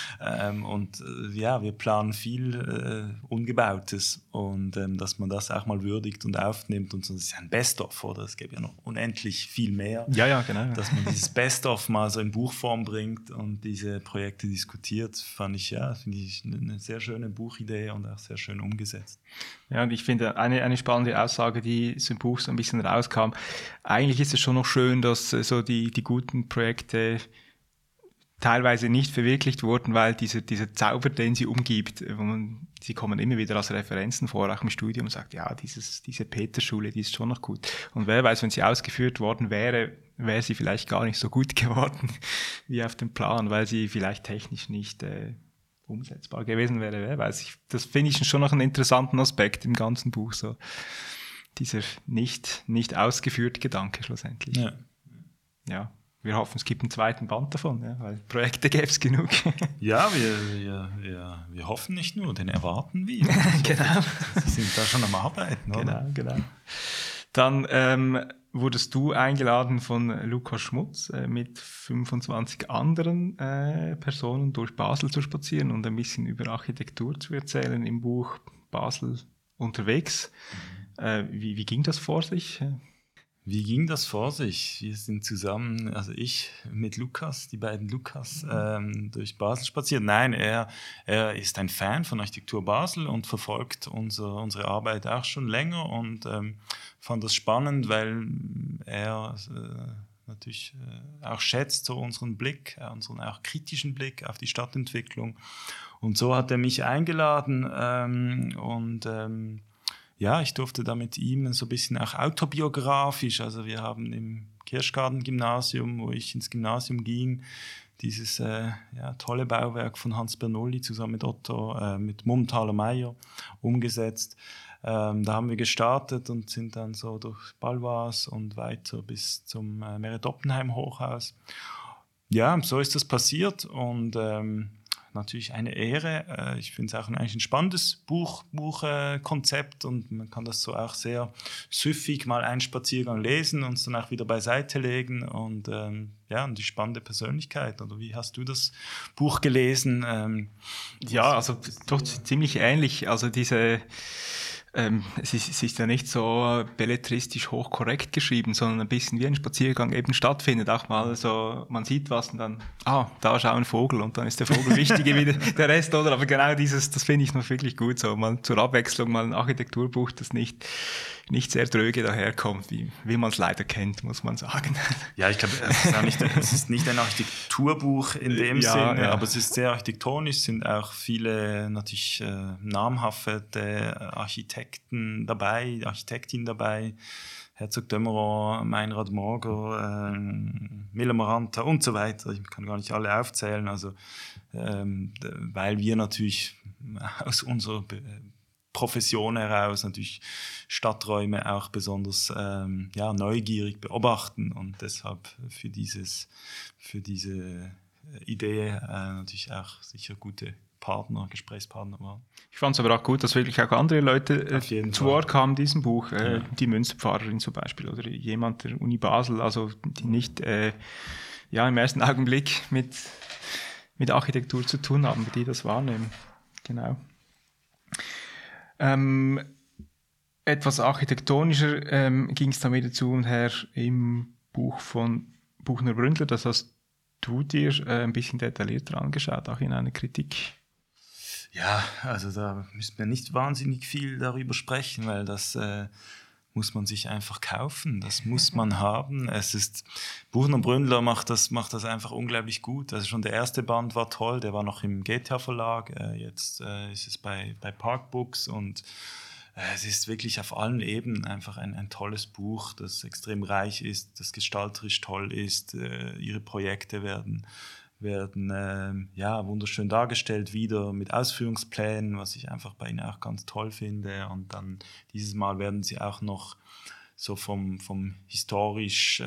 Wir planen viel Ungebautes und dass man das auch mal würdigt und aufnimmt. Und so, das ist ja ein Best-of, oder? Es gäbe ja noch unendlich viel mehr. Ja, genau. Ja. Dass man dieses Best-of mal so in Buchform bringt und diese Projekte diskutiert, finde ich eine sehr schöne Buchidee und auch sehr schön umgesetzt. Ja, und ich finde eine spannende Aussage, die aus dem Buch so ein bisschen rauskam. Eigentlich ist es schon noch schön, dass so die guten Projekte teilweise nicht verwirklicht wurden, weil dieser Zauber, den sie umgibt, sie kommen immer wieder als Referenzen vor, auch im Studium, und sagt, ja, diese Peterschule, die ist schon noch gut. Und wer weiß, wenn sie ausgeführt worden wäre sie vielleicht gar nicht so gut geworden wie auf dem Plan, weil sie vielleicht technisch nicht umsetzbar gewesen wäre, wer weiß. Das finde ich schon noch einen interessanten Aspekt im ganzen Buch, so dieser nicht ausgeführte Gedanke schlussendlich. Ja, wir hoffen, es gibt einen zweiten Band davon, ja, weil Projekte gäbe es genug. Ja, wir hoffen nicht nur, den erwarten wir. Genau. Sie sind da schon am Arbeiten, oder? Genau. Dann wurdest du eingeladen von Lukas Schmutz mit 25 anderen Personen durch Basel zu spazieren und ein bisschen über Architektur zu erzählen im Buch Basel unterwegs. Wie ging das vor sich? Wie ging das vor sich? Wir sind zusammen, also ich mit Lukas, die beiden Lukas, durch Basel spaziert. Nein, er ist ein Fan von Architektur Basel und verfolgt unsere Arbeit auch schon länger und fand das spannend, weil er natürlich auch schätzt so unseren Blick, unseren auch kritischen Blick auf die Stadtentwicklung. Und so hat er mich eingeladen ich durfte da mit ihm so ein bisschen auch autobiografisch, also wir haben im Kirschgarten-Gymnasium, wo ich ins Gymnasium ging, dieses tolle Bauwerk von Hans Bernoulli zusammen mit Otto, mit Mummthaler Meyer umgesetzt. Da haben wir gestartet und sind dann so durch Balvas und weiter bis zum Meret-Oppenheim-Hochhaus. Ja, so ist das passiert und natürlich eine Ehre. Ich finde es auch eigentlich ein spannendes Buchkonzept und man kann das so auch sehr süffig mal einen Spaziergang lesen und es dann auch wieder beiseite legen und die spannende Persönlichkeit. Oder wie hast du das Buch gelesen? Ja, also doch ziemlich ähnlich. Also diese Es ist ja nicht so belletristisch hochkorrekt geschrieben, sondern ein bisschen wie ein Spaziergang eben stattfindet. Auch mal so, man sieht was und dann, da schau ein Vogel und dann ist der Vogel wichtiger wie der Rest, oder? Aber genau das finde ich noch wirklich gut, so mal zur Abwechslung mal ein Architekturbuch, das nicht sehr dröge daherkommt, wie man es leider kennt, muss man sagen. Ja, ich glaube, es ist nicht ein Architekturbuch in dem Sinne, aber es ist sehr architektonisch, sind auch viele natürlich namhafte Architektinnen dabei, Herzog de Meuron, Meinrad Morger, Miller-Maranta und so weiter. Ich kann gar nicht alle aufzählen, also weil wir natürlich aus unserer Profession heraus natürlich Stadträume auch besonders neugierig beobachten und deshalb für diese Idee natürlich auch sicher gute Gesprächspartner waren. Ich fand es aber auch gut, dass wirklich auch andere Leute zu Wort kamen in diesem Buch, die Münsterpfarrerin zum Beispiel oder jemand der Uni Basel, also die nicht im ersten Augenblick mit Architektur zu tun haben, die das wahrnehmen. Genau. Etwas architektonischer ging es dann wieder zu und her im Buch von Buchner-Bründler. Das hast du dir ein bisschen detaillierter angeschaut, auch in einer Kritik. Ja, also da müssen wir nicht wahnsinnig viel darüber sprechen, weil das muss man sich einfach kaufen, das muss man haben. Buchner-Bründler macht das einfach unglaublich gut. Also schon der erste Band war toll, der war noch im GTA-Verlag, jetzt ist es bei Parkbooks und es ist wirklich auf allen Ebenen einfach ein tolles Buch, das extrem reich ist, das gestalterisch toll ist, ihre Projekte werden wunderschön dargestellt, wieder mit Ausführungsplänen, was ich einfach bei ihnen auch ganz toll finde. Und dann dieses Mal werden sie auch noch so vom historischen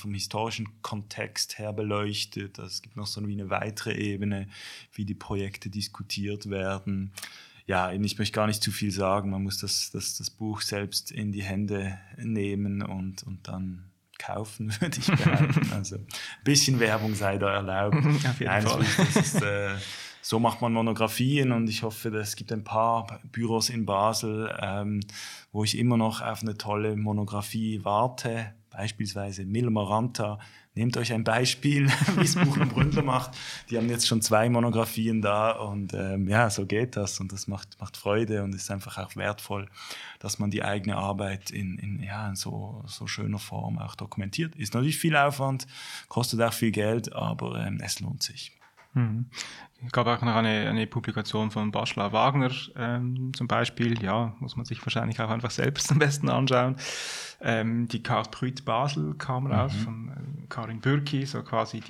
Kontext her beleuchtet. Also es gibt noch so wie eine weitere Ebene, wie die Projekte diskutiert werden. Ja, ich möchte gar nicht zu viel sagen. Man muss das Buch selbst in die Hände nehmen und dann kaufen, würde ich behaupten. Also ein bisschen Werbung sei da erlaubt. Auf jeden Fall. So macht man Monographien und ich hoffe, es gibt ein paar Büros in Basel, wo ich immer noch auf eine tolle Monographie warte. Beispielsweise Miller-Maranta. Nehmt euch ein Beispiel, wie es Buchner-Bründler macht. Die haben jetzt schon 2 Monographien da und so geht das und das macht Freude und ist einfach auch wertvoll, dass man die eigene Arbeit in so schöner Form auch dokumentiert. Ist natürlich viel Aufwand, kostet auch viel Geld, aber es lohnt sich. Es gab auch noch eine Publikation von Baschla Wagner zum Beispiel, muss man sich wahrscheinlich auch einfach selbst am besten anschauen. Die Carte Brut Basel kam raus von Karin Bürki, so quasi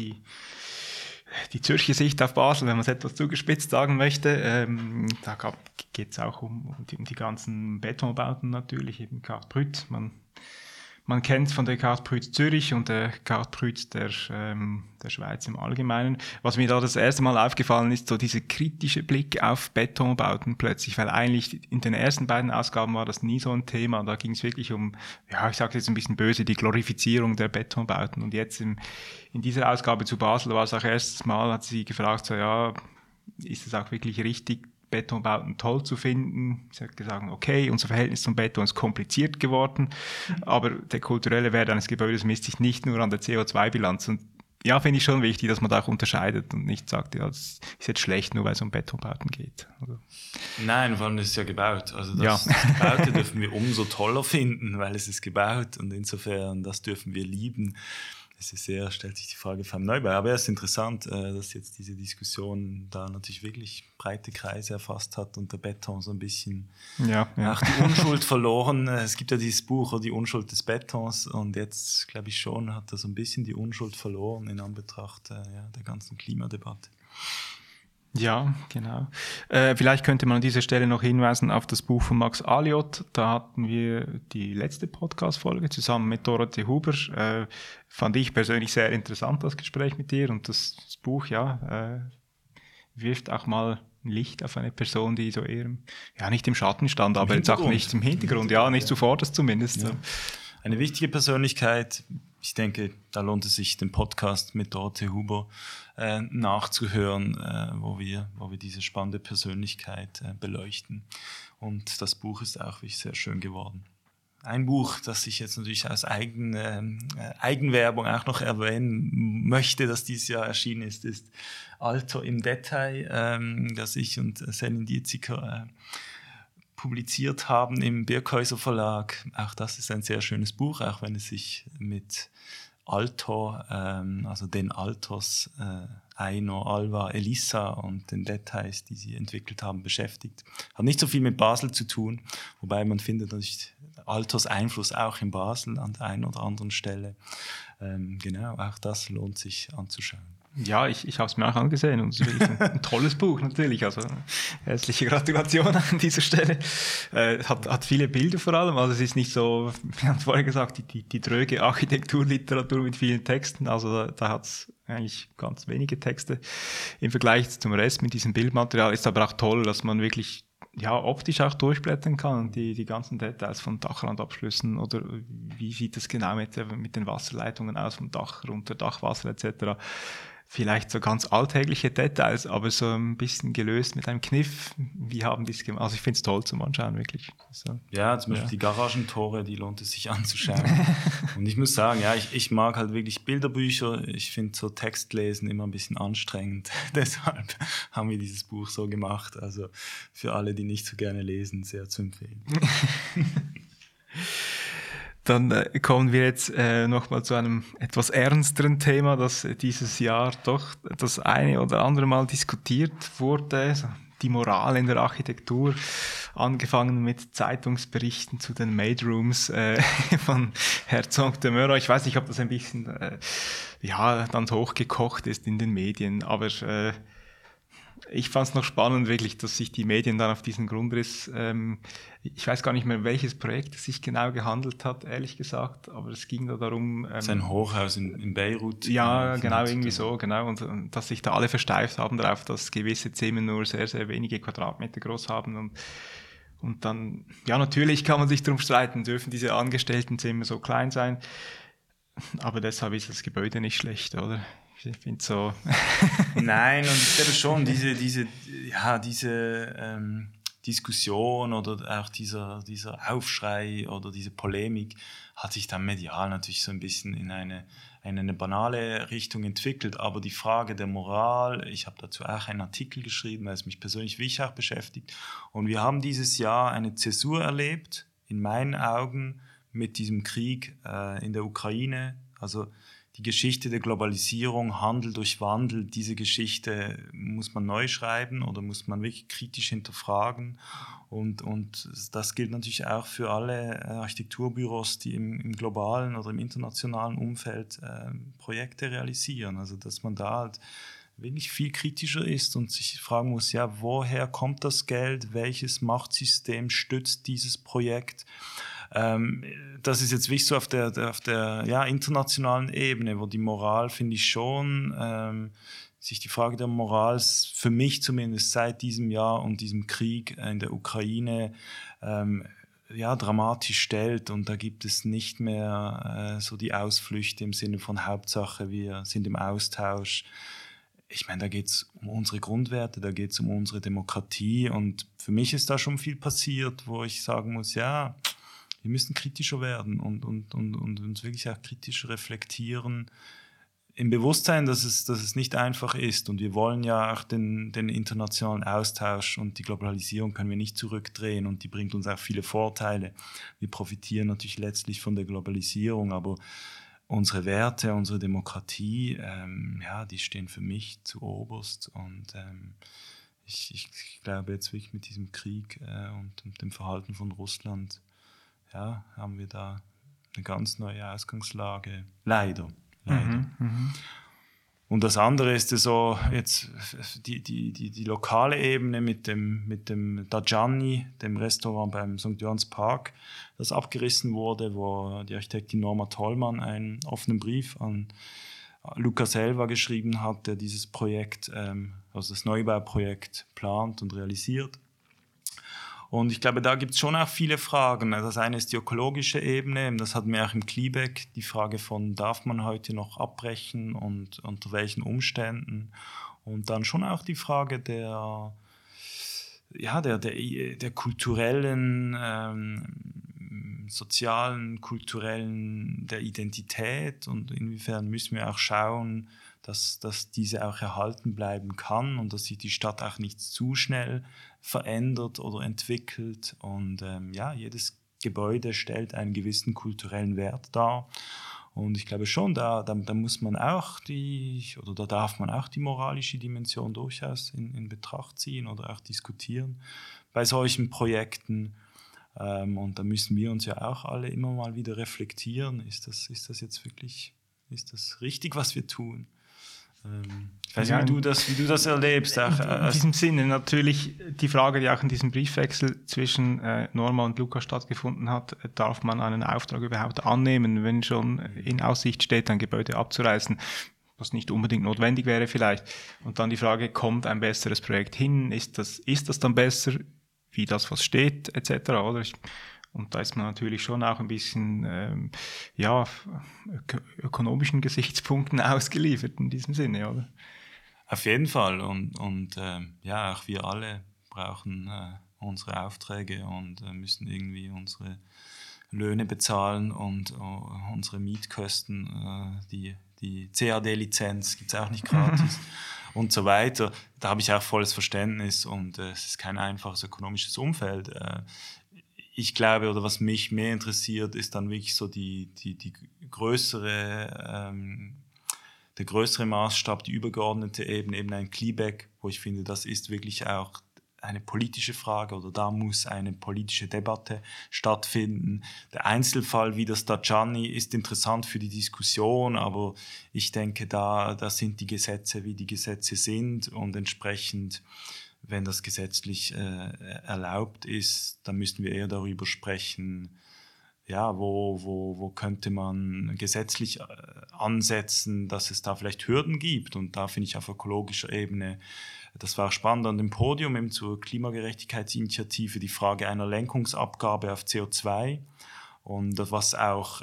die Zürcher Sicht auf Basel, wenn man es etwas zugespitzt sagen möchte. Da geht es auch um die ganzen Betonbauten natürlich, eben Carte Brut. Man kennt es von der Carte Brut Zürich und der Carte Brut der Schweiz im Allgemeinen. Was mir da das erste Mal aufgefallen ist, so dieser kritische Blick auf Betonbauten plötzlich, weil eigentlich in den ersten beiden Ausgaben war das nie so ein Thema. Da ging es wirklich um, ich sage jetzt ein bisschen böse, die Glorifizierung der Betonbauten. Und jetzt in dieser Ausgabe zu Basel war es auch erstes Mal, hat sie gefragt, ist es auch wirklich richtig, Betonbauten toll zu finden. Sie hat gesagt, okay, unser Verhältnis zum Beton ist kompliziert geworden, aber der kulturelle Wert eines Gebäudes misst sich nicht nur an der CO2-Bilanz. Und finde ich schon wichtig, dass man da auch unterscheidet und nicht sagt, das ist jetzt schlecht, nur weil es um Betonbauten geht. Also. Nein, vor allem ist es ja gebaut. Also das Gebaute dürfen wir umso toller finden, weil es ist gebaut und insofern, das dürfen wir lieben. Stellt sich die Frage vom Neubau. Aber es ist interessant, dass jetzt diese Diskussion da natürlich wirklich breite Kreise erfasst hat und der Beton so ein bisschen auch die Unschuld verloren. Es gibt ja dieses Buch, Die Unschuld des Betons, und jetzt, glaube ich schon, hat er so ein bisschen die Unschuld verloren in Anbetracht der ganzen Klimadebatte. Ja, genau. Vielleicht könnte man an dieser Stelle noch hinweisen auf das Buch von Max Aliot. Da hatten wir die letzte Podcast-Folge zusammen mit Dorothee Huber. Fand ich persönlich sehr interessant, das Gespräch mit dir. Und das Buch, wirft auch mal ein Licht auf eine Person, die so eher, nicht im Schatten stand, aber jetzt auch nicht im Hintergrund. Nicht zuvorderst zumindest. Ja. Eine wichtige Persönlichkeit. Ich denke, da lohnt es sich, den Podcast mit Dorothee Huber nachzuhören, wo wir diese spannende Persönlichkeit beleuchten. Und das Buch ist auch wirklich sehr schön geworden. Ein Buch, das ich jetzt natürlich als Eigenwerbung auch noch erwähnen möchte, das dieses Jahr erschienen ist Alto im Detail, das ich und Selin Dietziger publiziert haben im Birkhäuser Verlag. Auch das ist ein sehr schönes Buch, auch wenn es sich mit Alto, also den Altos, Aino, Alva, Elissa und den Details, die sie entwickelt haben, beschäftigt. Hat nicht so viel mit Basel zu tun, wobei man findet natürlich Altos Einfluss auch in Basel an der einen oder anderen Stelle. Genau, auch das lohnt sich anzuschauen. Ja, ich habe es mir auch angesehen und es ist wirklich ein tolles Buch natürlich, also herzliche Gratulation an dieser Stelle. Hat viele Bilder vor allem, also es ist nicht so, wir haben vorhin gesagt, die dröge Architekturliteratur mit vielen Texten, also da hat es eigentlich ganz wenige Texte im Vergleich zum Rest mit diesem Bildmaterial. Ist aber auch toll, dass man wirklich optisch auch durchblättern kann und die ganzen Details von Dachrandabschlüssen oder wie sieht das genau mit den Wasserleitungen aus, vom Dach runter, Dachwasser etc. Vielleicht so ganz alltägliche Details, aber so ein bisschen gelöst mit einem Kniff. Wie haben die es gemacht? Also ich finde es toll zum Anschauen, wirklich. So, ja, zum Beispiel die Garagentore, die lohnt es sich anzuschauen. Und ich muss sagen, ja, ich mag halt wirklich Bilderbücher. Ich finde so Textlesen immer ein bisschen anstrengend. Deshalb haben wir dieses Buch so gemacht. Also für alle, die nicht so gerne lesen, sehr zu empfehlen. Dann kommen wir jetzt nochmal zu einem etwas ernsteren Thema, das dieses Jahr doch das eine oder andere Mal diskutiert wurde. Die Moral in der Architektur, angefangen mit Zeitungsberichten zu den Made Rooms von Herzog de Meuron. Ich weiß nicht, ob das ein bisschen dann hochgekocht ist in den Medien, aber ich fand es noch spannend wirklich, dass sich die Medien dann auf diesen Grundriss, ich weiß gar nicht mehr, welches Projekt es sich genau gehandelt hat, ehrlich gesagt, aber es ging da darum... sein Hochhaus in Beirut. Ja, genau, irgendwie so, genau. Und dass sich da alle versteift haben darauf, dass gewisse Zimmer nur sehr, sehr wenige Quadratmeter groß haben. Und dann, ja, natürlich kann man sich darum streiten, dürfen diese Angestelltenzimmer so klein sein, aber deshalb ist das Gebäude nicht schlecht, oder? Ich finde so. Nein, und ich glaube schon, diese Diskussion oder auch dieser Aufschrei oder diese Polemik hat sich dann medial natürlich so ein bisschen in eine banale Richtung entwickelt. Aber die Frage der Moral, ich habe dazu auch einen Artikel geschrieben, weil es mich persönlich wirklich auch beschäftigt. Und wir haben dieses Jahr eine Zäsur erlebt, in meinen Augen, mit diesem Krieg in der Ukraine. Also die Geschichte der Globalisierung, Handel durch Wandel, diese Geschichte muss man neu schreiben oder muss man wirklich kritisch hinterfragen. Und das gilt natürlich auch für alle Architekturbüros, die im globalen oder im internationalen Umfeld Projekte realisieren. Also dass man da halt wirklich viel kritischer ist und sich fragen muss, ja, woher kommt das Geld? Welches Machtsystem stützt dieses Projekt? Das ist jetzt wichtig so auf der internationalen Ebene, wo die Moral, finde ich schon, sich die Frage der Moral für mich zumindest seit diesem Jahr und diesem Krieg in der Ukraine dramatisch stellt. Und da gibt es nicht mehr so die Ausflüchte im Sinne von Hauptsache, wir sind im Austausch. Ich meine, da geht es um unsere Grundwerte, da geht es um unsere Demokratie. Und für mich ist da schon viel passiert, wo ich sagen muss, ja, wir müssen kritischer werden und uns wirklich auch kritisch reflektieren, im Bewusstsein, dass es nicht einfach ist. Und wir wollen ja auch den internationalen Austausch und die Globalisierung können wir nicht zurückdrehen und die bringt uns auch viele Vorteile. Wir profitieren natürlich letztlich von der Globalisierung, aber unsere Werte, unsere Demokratie, die stehen für mich zu oberst. Und ich glaube jetzt wirklich mit diesem Krieg und dem Verhalten von Russland, haben wir da eine ganz neue Ausgangslage. Leider. Und das andere ist so jetzt die lokale Ebene mit dem Dajani, dem Restaurant beim St. Johanns Park, das abgerissen wurde, wo die Architektin Norma Tollmann einen offenen Brief an Luca Selva geschrieben hat, der dieses Projekt, also das Neubauprojekt plant und realisiert. Und ich glaube, da gibt es schon auch viele Fragen. Das eine ist die ökologische Ebene. Das hatten wir auch im Kleebeck, die Frage von, darf man heute noch abbrechen und unter welchen Umständen? Und dann schon auch die Frage der kulturellen, sozialen, kulturellen, der Identität, und inwiefern müssen wir auch schauen, dass diese auch erhalten bleiben kann und dass sich die Stadt auch nicht zu schnell verändert oder entwickelt. Und jedes Gebäude stellt einen gewissen kulturellen Wert dar. Und ich glaube schon, da muss man auch da darf man auch die moralische Dimension durchaus in Betracht ziehen oder auch diskutieren bei solchen Projekten. Und da müssen wir uns ja auch alle immer mal wieder reflektieren. Ist das jetzt wirklich, ist das richtig, was wir tun? Ich weiß nicht, wie du das erlebst. In diesem Sinne natürlich die Frage, die auch in diesem Briefwechsel zwischen Norma und Luca stattgefunden hat: Darf man einen Auftrag überhaupt annehmen, wenn schon in Aussicht steht, ein Gebäude abzureißen, was nicht unbedingt notwendig wäre vielleicht? Und dann die Frage, kommt ein besseres Projekt hin? Ist das dann besser, wie das, was steht, etc., oder? Und da ist man natürlich schon auch ein bisschen ökonomischen Gesichtspunkten ausgeliefert in diesem Sinne, oder? Auf jeden Fall. Und auch wir alle brauchen unsere Aufträge und müssen irgendwie unsere Löhne bezahlen und unsere Mietkosten, die CAD-Lizenz gibt es auch nicht gratis und so weiter. Da habe ich auch volles Verständnis, und es ist kein einfaches ökonomisches Umfeld. Ich glaube, oder was mich mehr interessiert, ist dann wirklich so der größere Maßstab, die übergeordnete Ebene, eben ein Kleeback, wo ich finde, das ist wirklich auch eine politische Frage, oder da muss eine politische Debatte stattfinden. Der Einzelfall wie das Stacciani ist interessant für die Diskussion, aber ich denke, da sind die Gesetze, wie die Gesetze sind, und entsprechend, wenn das gesetzlich erlaubt ist, dann müssten wir eher darüber sprechen, wo könnte man gesetzlich ansetzen, dass es da vielleicht Hürden gibt. Und da finde ich auf ökologischer Ebene, das war auch spannend an dem Podium eben zur Klimagerechtigkeitsinitiative, die Frage einer Lenkungsabgabe auf CO2, und was auch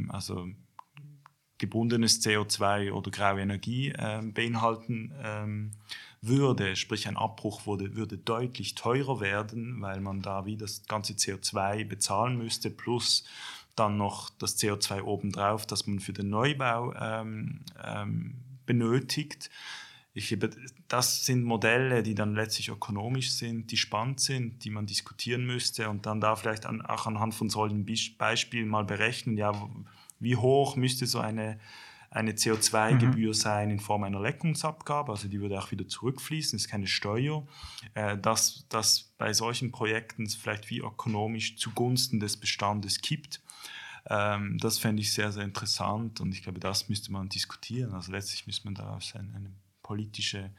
gebundenes CO2 oder graue Energie beinhalten würde, sprich ein Abbruch würde deutlich teurer werden, weil man da wie das ganze CO2 bezahlen müsste, plus dann noch das CO2 obendrauf, das man für den Neubau benötigt. Ich glaube, das sind Modelle, die dann letztlich ökonomisch sind, die spannend sind, die man diskutieren müsste, und dann da vielleicht auch anhand von solchen Beispielen mal berechnen, wie hoch müsste so eine CO2-Gebühr sein in Form einer Lenkungsabgabe, also die würde auch wieder zurückfließen, ist keine Steuer, dass bei solchen Projekten es vielleicht wie ökonomisch zugunsten des Bestandes kippt. Das fände ich sehr, sehr interessant, und ich glaube, das müsste man diskutieren. Also letztlich müsste man daraus eine politische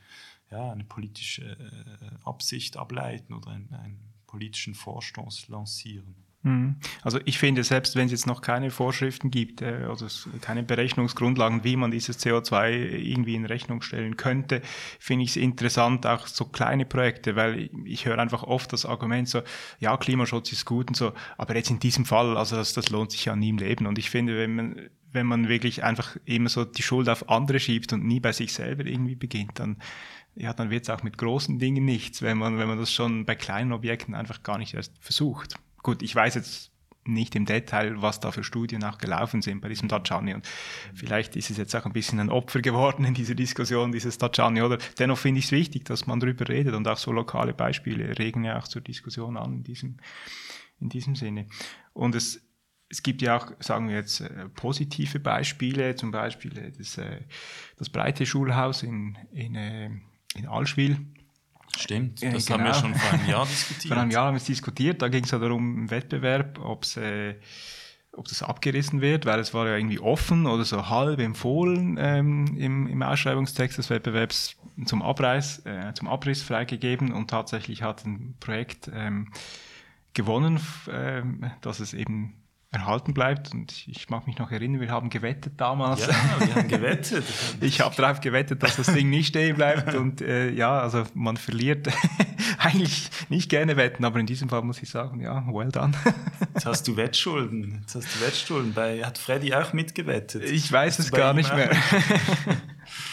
Absicht ableiten oder einen politischen Vorstoß lancieren. Also ich finde, selbst wenn es jetzt noch keine Vorschriften gibt, also keine Berechnungsgrundlagen, wie man dieses CO2 irgendwie in Rechnung stellen könnte, finde ich es interessant, auch so kleine Projekte, weil ich höre einfach oft das Argument so, ja, Klimaschutz ist gut und so, aber jetzt in diesem Fall, also das lohnt sich ja nie im Leben. Und ich finde, wenn man wirklich einfach immer so die Schuld auf andere schiebt und nie bei sich selber irgendwie beginnt, dann wird es auch mit großen Dingen nichts, wenn man das schon bei kleinen Objekten einfach gar nicht erst versucht. Gut, ich weiß jetzt nicht im Detail, was da für Studien auch gelaufen sind bei diesem Stacciani, und vielleicht ist es jetzt auch ein bisschen ein Opfer geworden in dieser Diskussion, dieses Stacciani, oder? Dennoch finde ich es wichtig, dass man darüber redet, und auch so lokale Beispiele regen ja auch zur Diskussion an in diesem Sinne. Und es gibt ja auch, sagen wir jetzt, positive Beispiele, zum Beispiel das Breite Schulhaus in Allschwil. Stimmt, das haben wir schon vor einem Jahr diskutiert. Vor einem Jahr haben wir es diskutiert, da ging es ja darum, im Wettbewerb, ob das abgerissen wird, weil es war ja irgendwie offen oder so halb empfohlen im Ausschreibungstext des Wettbewerbs zum Abriss freigegeben, und tatsächlich hat ein Projekt gewonnen, dass es eben erhalten bleibt. Und ich mag mich noch erinnern, wir haben gewettet damals. Ja, wir haben gewettet. Ich habe darauf gewettet, dass das Ding nicht stehen bleibt. Und also man verliert eigentlich nicht gerne Wetten, aber in diesem Fall muss ich sagen, ja, well done. Jetzt hast du Wettschulden. Hat Freddy auch mitgewettet? Ich weiß es gar nicht mehr.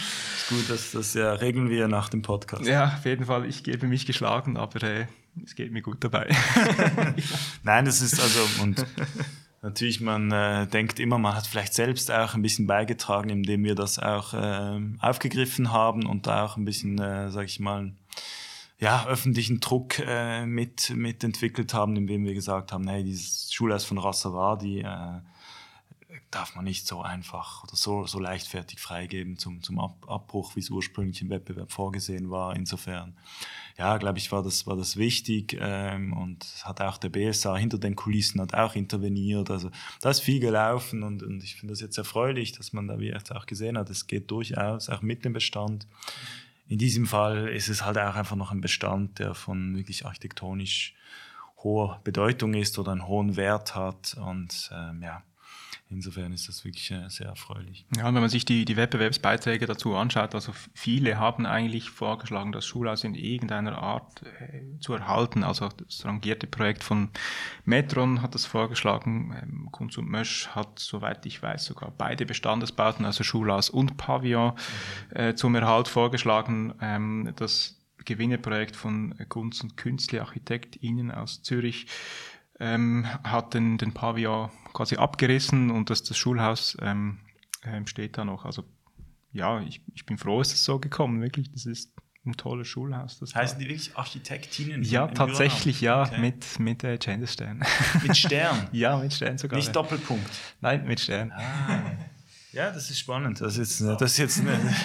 Gut, das regeln wir nach dem Podcast. Ja, auf jeden Fall. Ich gebe mich geschlagen, aber es geht mir gut dabei. Nein, das ist also, und natürlich, man denkt immer, man hat vielleicht selbst auch ein bisschen beigetragen, indem wir das auch aufgegriffen haben und da auch ein bisschen, sag ich mal, ja, öffentlichen Druck mitentwickelt haben, indem wir gesagt haben, hey, dieses Schulhaus von Rassavadi darf man nicht so einfach oder so leichtfertig freigeben zum Abbruch, wie es ursprünglich im Wettbewerb vorgesehen war. Insofern, ja, glaube ich, war das wichtig und hat auch der BSA hinter den Kulissen hat auch interveniert. Also da ist viel gelaufen und ich finde das jetzt erfreulich, dass man da, wie jetzt auch gesehen hat, es geht durchaus, auch mit dem Bestand. In diesem Fall ist es halt auch einfach noch ein Bestand, der von wirklich architektonisch hoher Bedeutung ist oder einen hohen Wert hat und ja, insofern ist das wirklich sehr erfreulich. Ja, wenn man sich die Wettbewerbsbeiträge dazu anschaut, also viele haben eigentlich vorgeschlagen, das Schulhaus in irgendeiner Art zu erhalten. Also das rangierte Projekt von Metron hat das vorgeschlagen, Kunz und Mösch hat, soweit ich weiß, sogar beide Bestandesbauten, also Schulhaus und Pavillon, zum Erhalt vorgeschlagen. Das Gewinnerprojekt von Kunz und Künstli ArchitektInnen aus Zürich hat den Pavillon quasi abgerissen und das Schulhaus steht da noch. Also ja, ich bin froh, ist es so gekommen, wirklich. Das ist ein tolles Schulhaus. Heißen die wirklich Architektinnen? Ja, tatsächlich, ja, okay. mit Genderstern. Mit Stern? Ja, mit Stern sogar. Nicht Doppelpunkt? Nein, mit Stern. Ja, das ist spannend. Das ist jetzt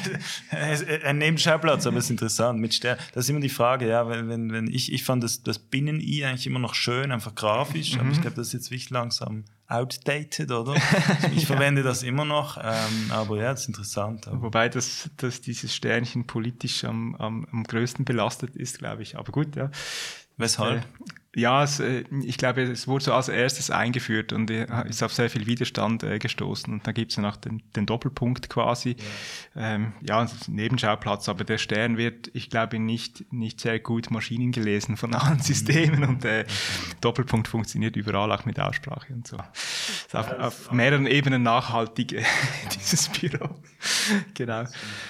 ein Nebenschauplatz, aber es ist interessant. Mit Stern. Das ist immer die Frage, ja, wenn ich fand das Binnen-I eigentlich immer noch schön, einfach grafisch, aber ich glaube, das ist jetzt wirklich langsam outdated, oder? Ich verwende das immer noch, aber ja, das ist interessant. Wobei dass dieses Sternchen politisch am größten belastet ist, glaube ich. Aber gut, ja. Weshalb? Ja, ich glaube, es wurde so als erstes eingeführt und ist auf sehr viel Widerstand gestoßen. Und da gibt es ja noch den Doppelpunkt quasi. Ja, Nebenschauplatz, aber der Stern wird, ich glaube, nicht sehr gut Maschinen gelesen von allen Systemen und Doppelpunkt funktioniert überall, auch mit Aussprache und so. Ist auf mehreren Ebenen nachhaltig, dieses Büro. Genau.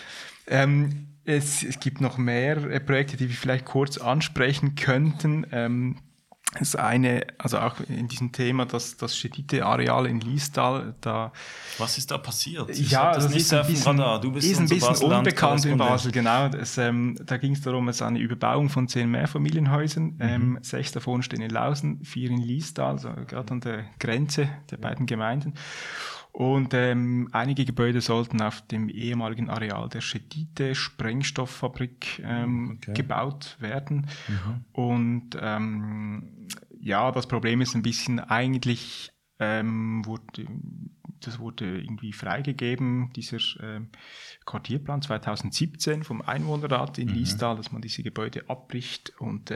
Es gibt noch mehr Projekte, die wir vielleicht kurz ansprechen könnten. Das eine, also auch in diesem Thema, das Schedite-Areal in Liestal, da... Was ist da passiert? Ja, das ist ein bisschen unbekannt in Basel, genau. Da ging es darum, es ist eine Überbauung von 10 Mehrfamilienhäusern. 6 davon stehen in Lausen, 4 in Liestal, also gerade an der Grenze der beiden Gemeinden. Und einige Gebäude sollten auf dem ehemaligen Areal der Schedite Sprengstofffabrik gebaut werden. Und ja, das Problem ist ein bisschen, eigentlich wurde irgendwie freigegeben, dieser Quartierplan 2017 vom Einwohnerrat in Liestal, dass man diese Gebäude abbricht. Und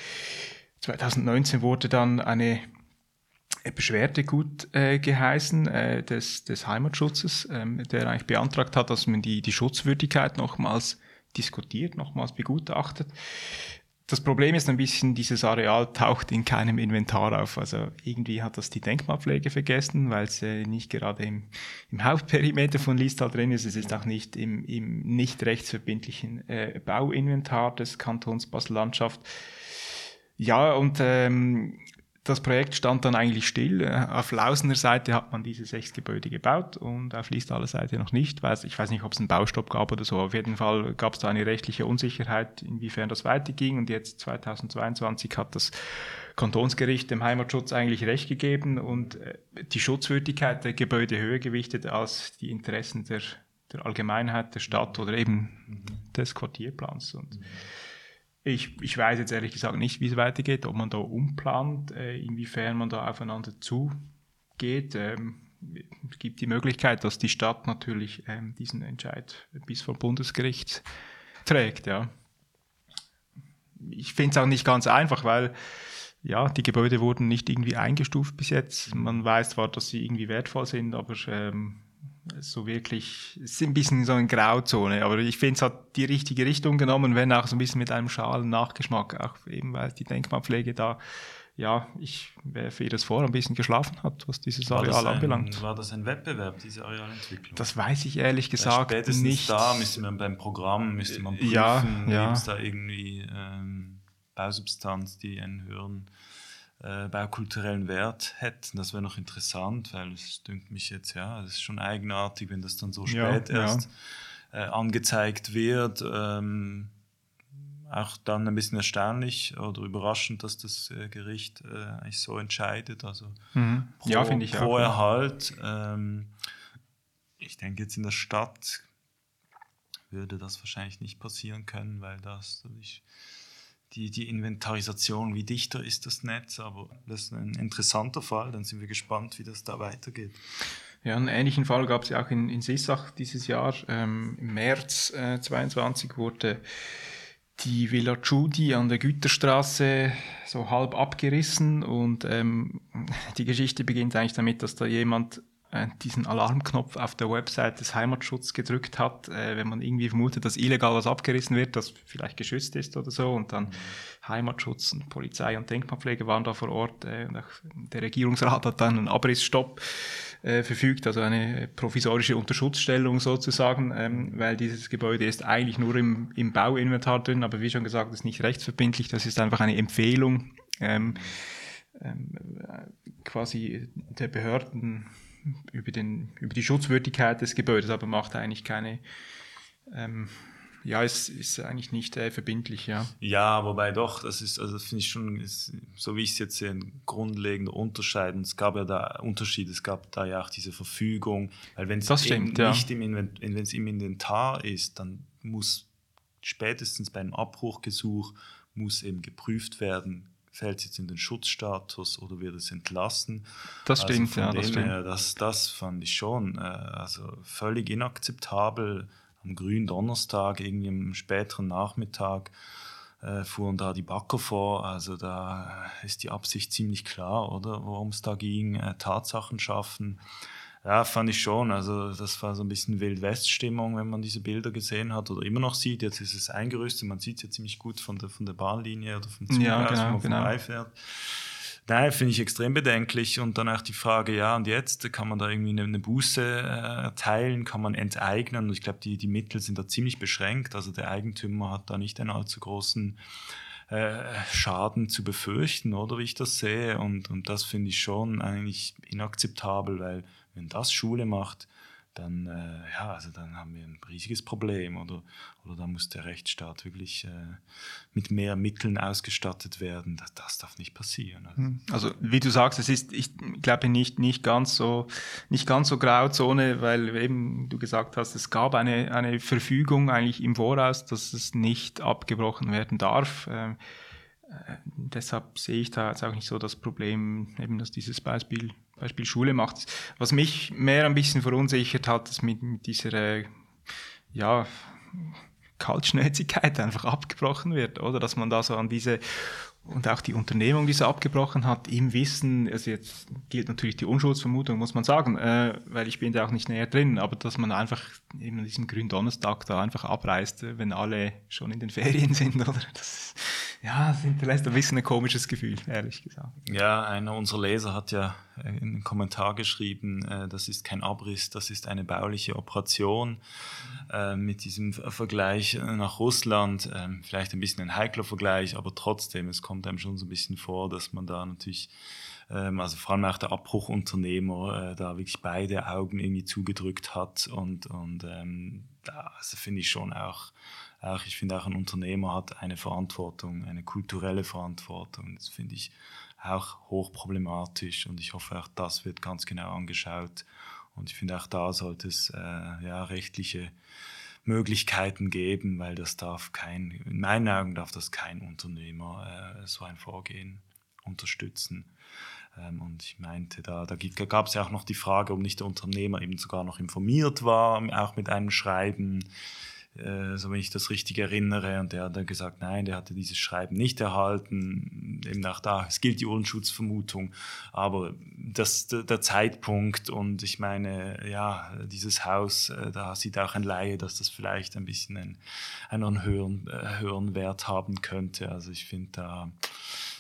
2019 wurde dann eine Beschwerde gut geheißen des Heimatschutzes, der eigentlich beantragt hat, dass man die Schutzwürdigkeit nochmals diskutiert, nochmals begutachtet. Das Problem ist ein bisschen, dieses Areal taucht in keinem Inventar auf. Also irgendwie hat das die Denkmalpflege vergessen, weil es nicht gerade im Hauptperimeter von Liestal drin ist. Es ist auch nicht im nicht rechtsverbindlichen Bauinventar des Kantons Basel-Landschaft. Ja, und das Projekt stand dann eigentlich still. Auf Lausener Seite hat man diese 6 Gebäude gebaut und auf Liestaler Seite noch nicht. Ich weiß nicht, ob es einen Baustopp gab oder so. Auf jeden Fall gab es da eine rechtliche Unsicherheit, inwiefern das weiterging. Und jetzt 2022 hat das Kantonsgericht dem Heimatschutz eigentlich Recht gegeben und die Schutzwürdigkeit der Gebäude höher gewichtet als die Interessen der Allgemeinheit, der Stadt oder eben des Quartierplans. Und ich weiß jetzt ehrlich gesagt nicht, wie es weitergeht, ob man da umplant, inwiefern man da aufeinander zugeht. Es gibt die Möglichkeit, dass die Stadt natürlich diesen Entscheid bis vor Bundesgericht trägt. Ja. Ich finde es auch nicht ganz einfach, weil ja, die Gebäude wurden nicht irgendwie eingestuft bis jetzt. Man weiß zwar, dass sie irgendwie wertvoll sind, aber so wirklich, es ist ein bisschen so eine Grauzone, aber ich finde, es hat die richtige Richtung genommen, wenn auch so ein bisschen mit einem schalen Nachgeschmack, auch eben, weil die Denkmalpflege da ja, ich werfe ihr das vor, ein bisschen geschlafen hat, was dieses Areal anbelangt. War das ein Wettbewerb, diese Arealentwicklung? Das weiß ich ehrlich gesagt spätestens nicht. Da müsste man beim Programm prüfen, ja. gibt es da irgendwie Bausubstanz, die einen höheren baukulturellen Wert hätten. Das wäre noch interessant, weil es dünkt mich jetzt, ja, das ist schon eigenartig, wenn das dann so spät erst angezeigt wird. Auch dann ein bisschen erstaunlich oder überraschend, dass das Gericht eigentlich so entscheidet. Also finde ich pro auch. Erhalt. Ich denke, jetzt in der Stadt würde das wahrscheinlich nicht passieren können, weil das die Inventarisation, wie dichter ist das Netz, aber das ist ein interessanter Fall, dann sind wir gespannt, wie das da weitergeht. Ja, einen ähnlichen Fall gab es ja auch in Sissach dieses Jahr. Im März 2022 wurde die Villa Giudi an der Güterstraße so halb abgerissen und die Geschichte beginnt eigentlich damit, dass da jemand diesen Alarmknopf auf der Website des Heimatschutzes gedrückt hat, wenn man irgendwie vermutet, dass illegal was abgerissen wird, das vielleicht geschützt ist oder so, und dann Heimatschutz und Polizei und Denkmalpflege waren da vor Ort und auch der Regierungsrat hat dann einen Abrissstopp verfügt, also eine provisorische Unterschutzstellung sozusagen, weil dieses Gebäude ist eigentlich nur im Bauinventar drin, aber wie schon gesagt, ist nicht rechtsverbindlich, das ist einfach eine Empfehlung quasi der Behörden über die Schutzwürdigkeit des Gebäudes, aber macht eigentlich keine, ist eigentlich nicht verbindlich, ja. Ja, wobei doch, das finde ich schon, so wie ich es jetzt sehe, ein grundlegender Unterschied. Und es gab ja da Unterschied, es gab da ja auch diese Verfügung, weil wenn es nicht im Inventar ist, dann muss spätestens beim Abbruchgesuch muss eben geprüft werden, fällt es jetzt in den Schutzstatus oder wird es entlassen? Das stimmt, ja. Das stimmt. Das fand ich schon völlig inakzeptabel. Am Gründonnerstag, irgendwie am späteren Nachmittag, fuhren da die Bagger vor. Also da ist die Absicht ziemlich klar, oder? Worum es da ging, Tatsachen schaffen. Ja, fand ich schon. Also das war so ein bisschen Wild-West-Stimmung, wenn man diese Bilder gesehen hat oder immer noch sieht. Jetzt ist es eingerüstet, man sieht es ja ziemlich gut von der Bahnlinie oder vom Zug aus, wenn man vorbeifährt. Nein, finde ich extrem bedenklich. Und dann auch die Frage, ja, und jetzt kann man da irgendwie eine Buße erteilen, kann man enteignen. Und ich glaube, die Mittel sind da ziemlich beschränkt. Also der Eigentümer hat da nicht einen allzu großen Schaden zu befürchten, oder wie ich das sehe. Und das finde ich schon eigentlich inakzeptabel, weil wenn das Schule macht, dann, dann haben wir ein riesiges Problem. Oder da muss der Rechtsstaat wirklich mit mehr Mitteln ausgestattet werden. Das darf nicht passieren. Also wie du sagst, es ist, ich glaube, nicht ganz so Grauzone, weil eben du gesagt hast, es gab eine Verfügung eigentlich im Voraus, dass es nicht abgebrochen werden darf. Deshalb sehe ich da jetzt auch nicht so das Problem, eben, dass dieses Beispiel Schule macht. Was mich mehr ein bisschen verunsichert hat, ist mit dieser Kaltschnäuzigkeit einfach abgebrochen wird, oder? Dass man da so an diese, und auch die Unternehmung, die so abgebrochen hat, im Wissen, also jetzt gilt natürlich die Unschuldsvermutung, muss man sagen, weil ich bin da auch nicht näher drin, aber dass man einfach eben an diesem Gründonnerstag da einfach abreist, wenn alle schon in den Ferien sind, oder? Das hinterlässt ein bisschen ein komisches Gefühl, ehrlich gesagt. Ja, einer unserer Leser hat ja einen Kommentar geschrieben, das ist kein Abriss, das ist eine bauliche Operation. Mit diesem Vergleich nach Russland, vielleicht ein bisschen ein heikler Vergleich, aber trotzdem, es kommt einem schon so ein bisschen vor, dass man da natürlich, also vor allem auch der Abbruchunternehmer, da wirklich beide Augen irgendwie zugedrückt hat und also finde ich schon auch, ich finde auch ein Unternehmer hat eine Verantwortung, eine kulturelle Verantwortung. Das finde ich auch hochproblematisch und ich hoffe auch, das wird ganz genau angeschaut. Und ich finde auch da sollte es rechtliche Möglichkeiten geben, weil das in meinen Augen darf das kein Unternehmer so ein Vorgehen unterstützen. Und ich meinte, da gab es ja auch noch die Frage, ob nicht der Unternehmer eben sogar noch informiert war, auch mit einem Schreiben, so wenn ich das richtig erinnere. Und der hat dann gesagt, nein, der hatte dieses Schreiben nicht erhalten. Eben auch da, es gilt die Unschuldsvermutung. Aber der Zeitpunkt und ich meine, ja, dieses Haus, da sieht auch ein Laie, dass das vielleicht ein bisschen einen höheren Wert haben könnte. Also ich finde da,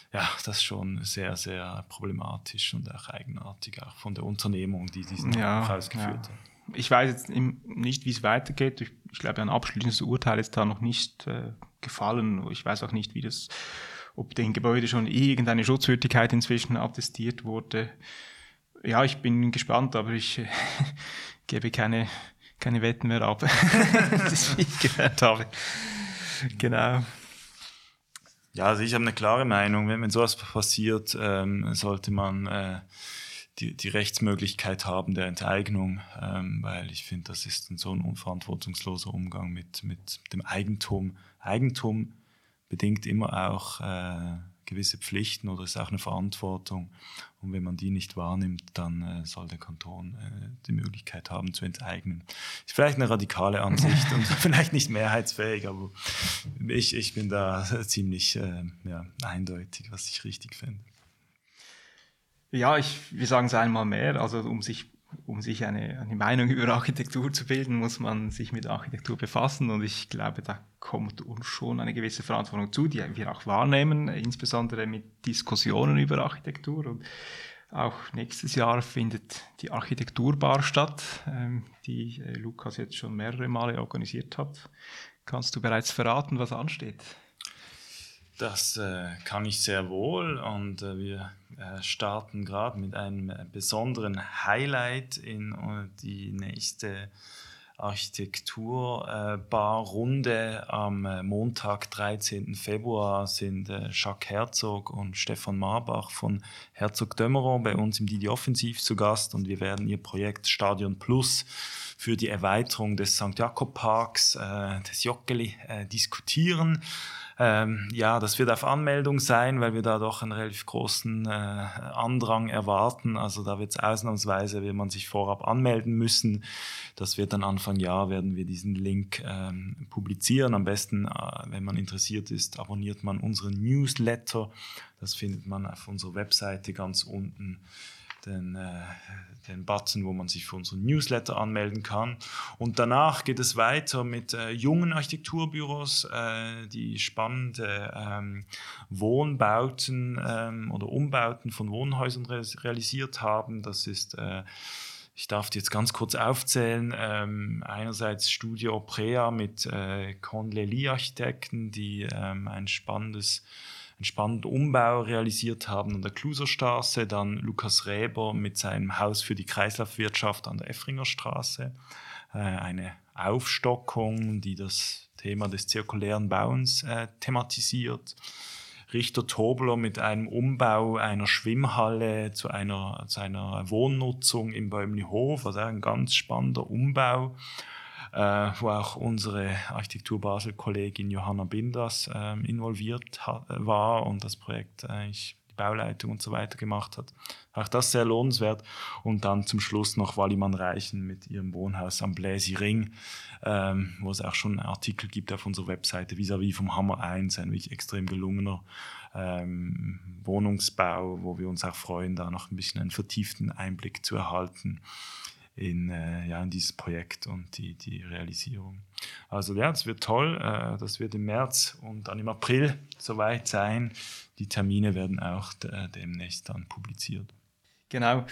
ja, das ist schon sehr, sehr problematisch und auch eigenartig, auch von der Unternehmung, die diesen Abbruch ausgeführt hat. Ich weiß jetzt nicht, wie es weitergeht. Ich glaube, ein abschließendes Urteil ist da noch nicht gefallen. Ich weiß auch nicht, ob dem Gebäude schon irgendeine Schutzwürdigkeit inzwischen attestiert wurde. Ja, ich bin gespannt, aber ich gebe keine Wetten mehr ab. Das ist, wie ich gehört habe. Genau. Ja, also ich habe eine klare Meinung. Wenn sowas passiert, sollte man die Rechtsmöglichkeit haben der Enteignung, weil ich finde, das ist so ein unverantwortungsloser Umgang mit dem Eigentum. Eigentum bedingt immer auch gewisse Pflichten oder ist auch eine Verantwortung. Und wenn man die nicht wahrnimmt, dann soll der Kanton die Möglichkeit haben zu enteignen. Ist vielleicht eine radikale Ansicht und vielleicht nicht mehrheitsfähig, aber ich bin da ziemlich eindeutig, was ich richtig finde. Ja, wir sagen es einmal mehr, also um sich eine Meinung über Architektur zu bilden, muss man sich mit Architektur befassen und ich glaube, da kommt uns schon eine gewisse Verantwortung zu, die wir auch wahrnehmen, insbesondere mit Diskussionen über Architektur und auch nächstes Jahr findet die Architekturbar statt, die Lukas jetzt schon mehrere Male organisiert hat. Kannst du bereits verraten, was ansteht? Das kann ich sehr wohl und wir starten gerade mit einem besonderen Highlight in die nächste Architekturbar-Runde. Am Montag, 13. Februar sind Jacques Herzog und Stefan Marbach von Herzog Dömeron bei uns im Didi Offensiv zu Gast und wir werden ihr Projekt Stadion Plus für die Erweiterung des St. Jakob Parks, des Joggeli, diskutieren. Das wird auf Anmeldung sein, weil wir da doch einen relativ großen Andrang erwarten. Also da wird man sich vorab anmelden müssen. Das wird dann Anfang Jahr, werden wir diesen Link publizieren. Am besten, wenn man interessiert ist, abonniert man unseren Newsletter. Das findet man auf unserer Webseite ganz unten. Den Button, wo man sich für unseren Newsletter anmelden kann. Und danach geht es weiter mit jungen Architekturbüros, die spannende Wohnbauten oder Umbauten von Wohnhäusern realisiert haben. Das ist, ich darf die jetzt ganz kurz aufzählen, einerseits Studio Prea mit Conleli-Architekten, die einen spannenden Umbau realisiert haben an der Kluserstraße, dann Lukas Räber mit seinem Haus für die Kreislaufwirtschaft an der Effringer Straße, eine Aufstockung, die das Thema des zirkulären Bauens thematisiert. Richter Tobler mit einem Umbau einer Schwimmhalle zu einer Wohnnutzung im Bäumlihof, also ein ganz spannender Umbau. Wo auch unsere Architektur-Basel-Kollegin Johanna Binders involviert war und das Projekt eigentlich die Bauleitung und so weiter gemacht hat. Auch das sehr lohnenswert. Und dann zum Schluss noch Wallimann Reichen mit ihrem Wohnhaus am Bläsi-Ring, wo es auch schon einen Artikel gibt auf unserer Webseite, vis-à-vis vom Hammer 1, ein wirklich extrem gelungener Wohnungsbau, wo wir uns auch freuen, da noch ein bisschen einen vertieften Einblick zu erhalten in dieses Projekt und die Realisierung. Also ja, das wird toll. Das wird im März und dann im April soweit sein. Die Termine werden auch demnächst dann publiziert. Genau.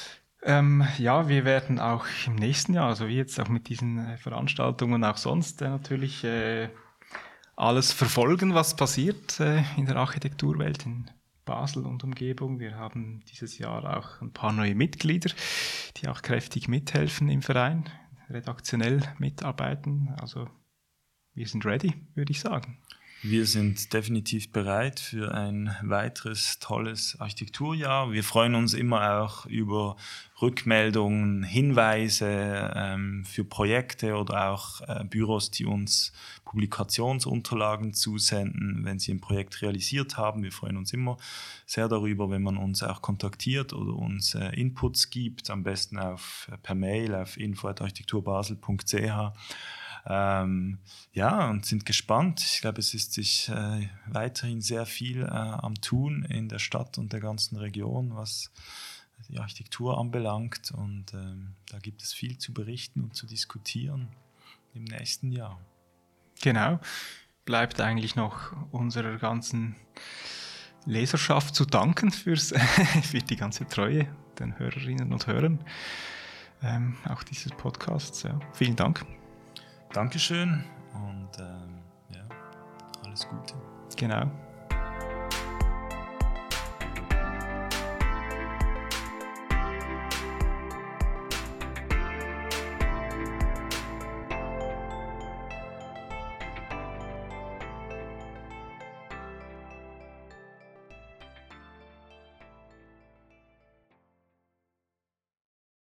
Wir werden auch im nächsten Jahr, also wie jetzt auch mit diesen Veranstaltungen, auch sonst natürlich alles verfolgen, was passiert in der Architekturwelt in Basel und Umgebung. Wir haben dieses Jahr auch ein paar neue Mitglieder, die auch kräftig mithelfen im Verein, redaktionell mitarbeiten. Also wir sind ready, würde ich sagen. Wir sind definitiv bereit für ein weiteres tolles Architekturjahr. Wir freuen uns immer auch über Rückmeldungen, Hinweise für Projekte oder auch Büros, die uns Publikationsunterlagen zusenden, wenn sie ein Projekt realisiert haben. Wir freuen uns immer sehr darüber, wenn man uns auch kontaktiert oder uns Inputs gibt, am besten per Mail auf info@architekturbasel.ch. Und sind gespannt. Ich glaube, es ist sich weiterhin sehr viel am Tun in der Stadt und der ganzen Region, was die Architektur anbelangt. Und da gibt es viel zu berichten und zu diskutieren im nächsten Jahr. Genau. Bleibt eigentlich noch unserer ganzen Leserschaft zu danken für die ganze Treue, den Hörerinnen und Hörern auch dieses Podcasts. Ja. Vielen Dank. Dankeschön und alles Gute. Genau.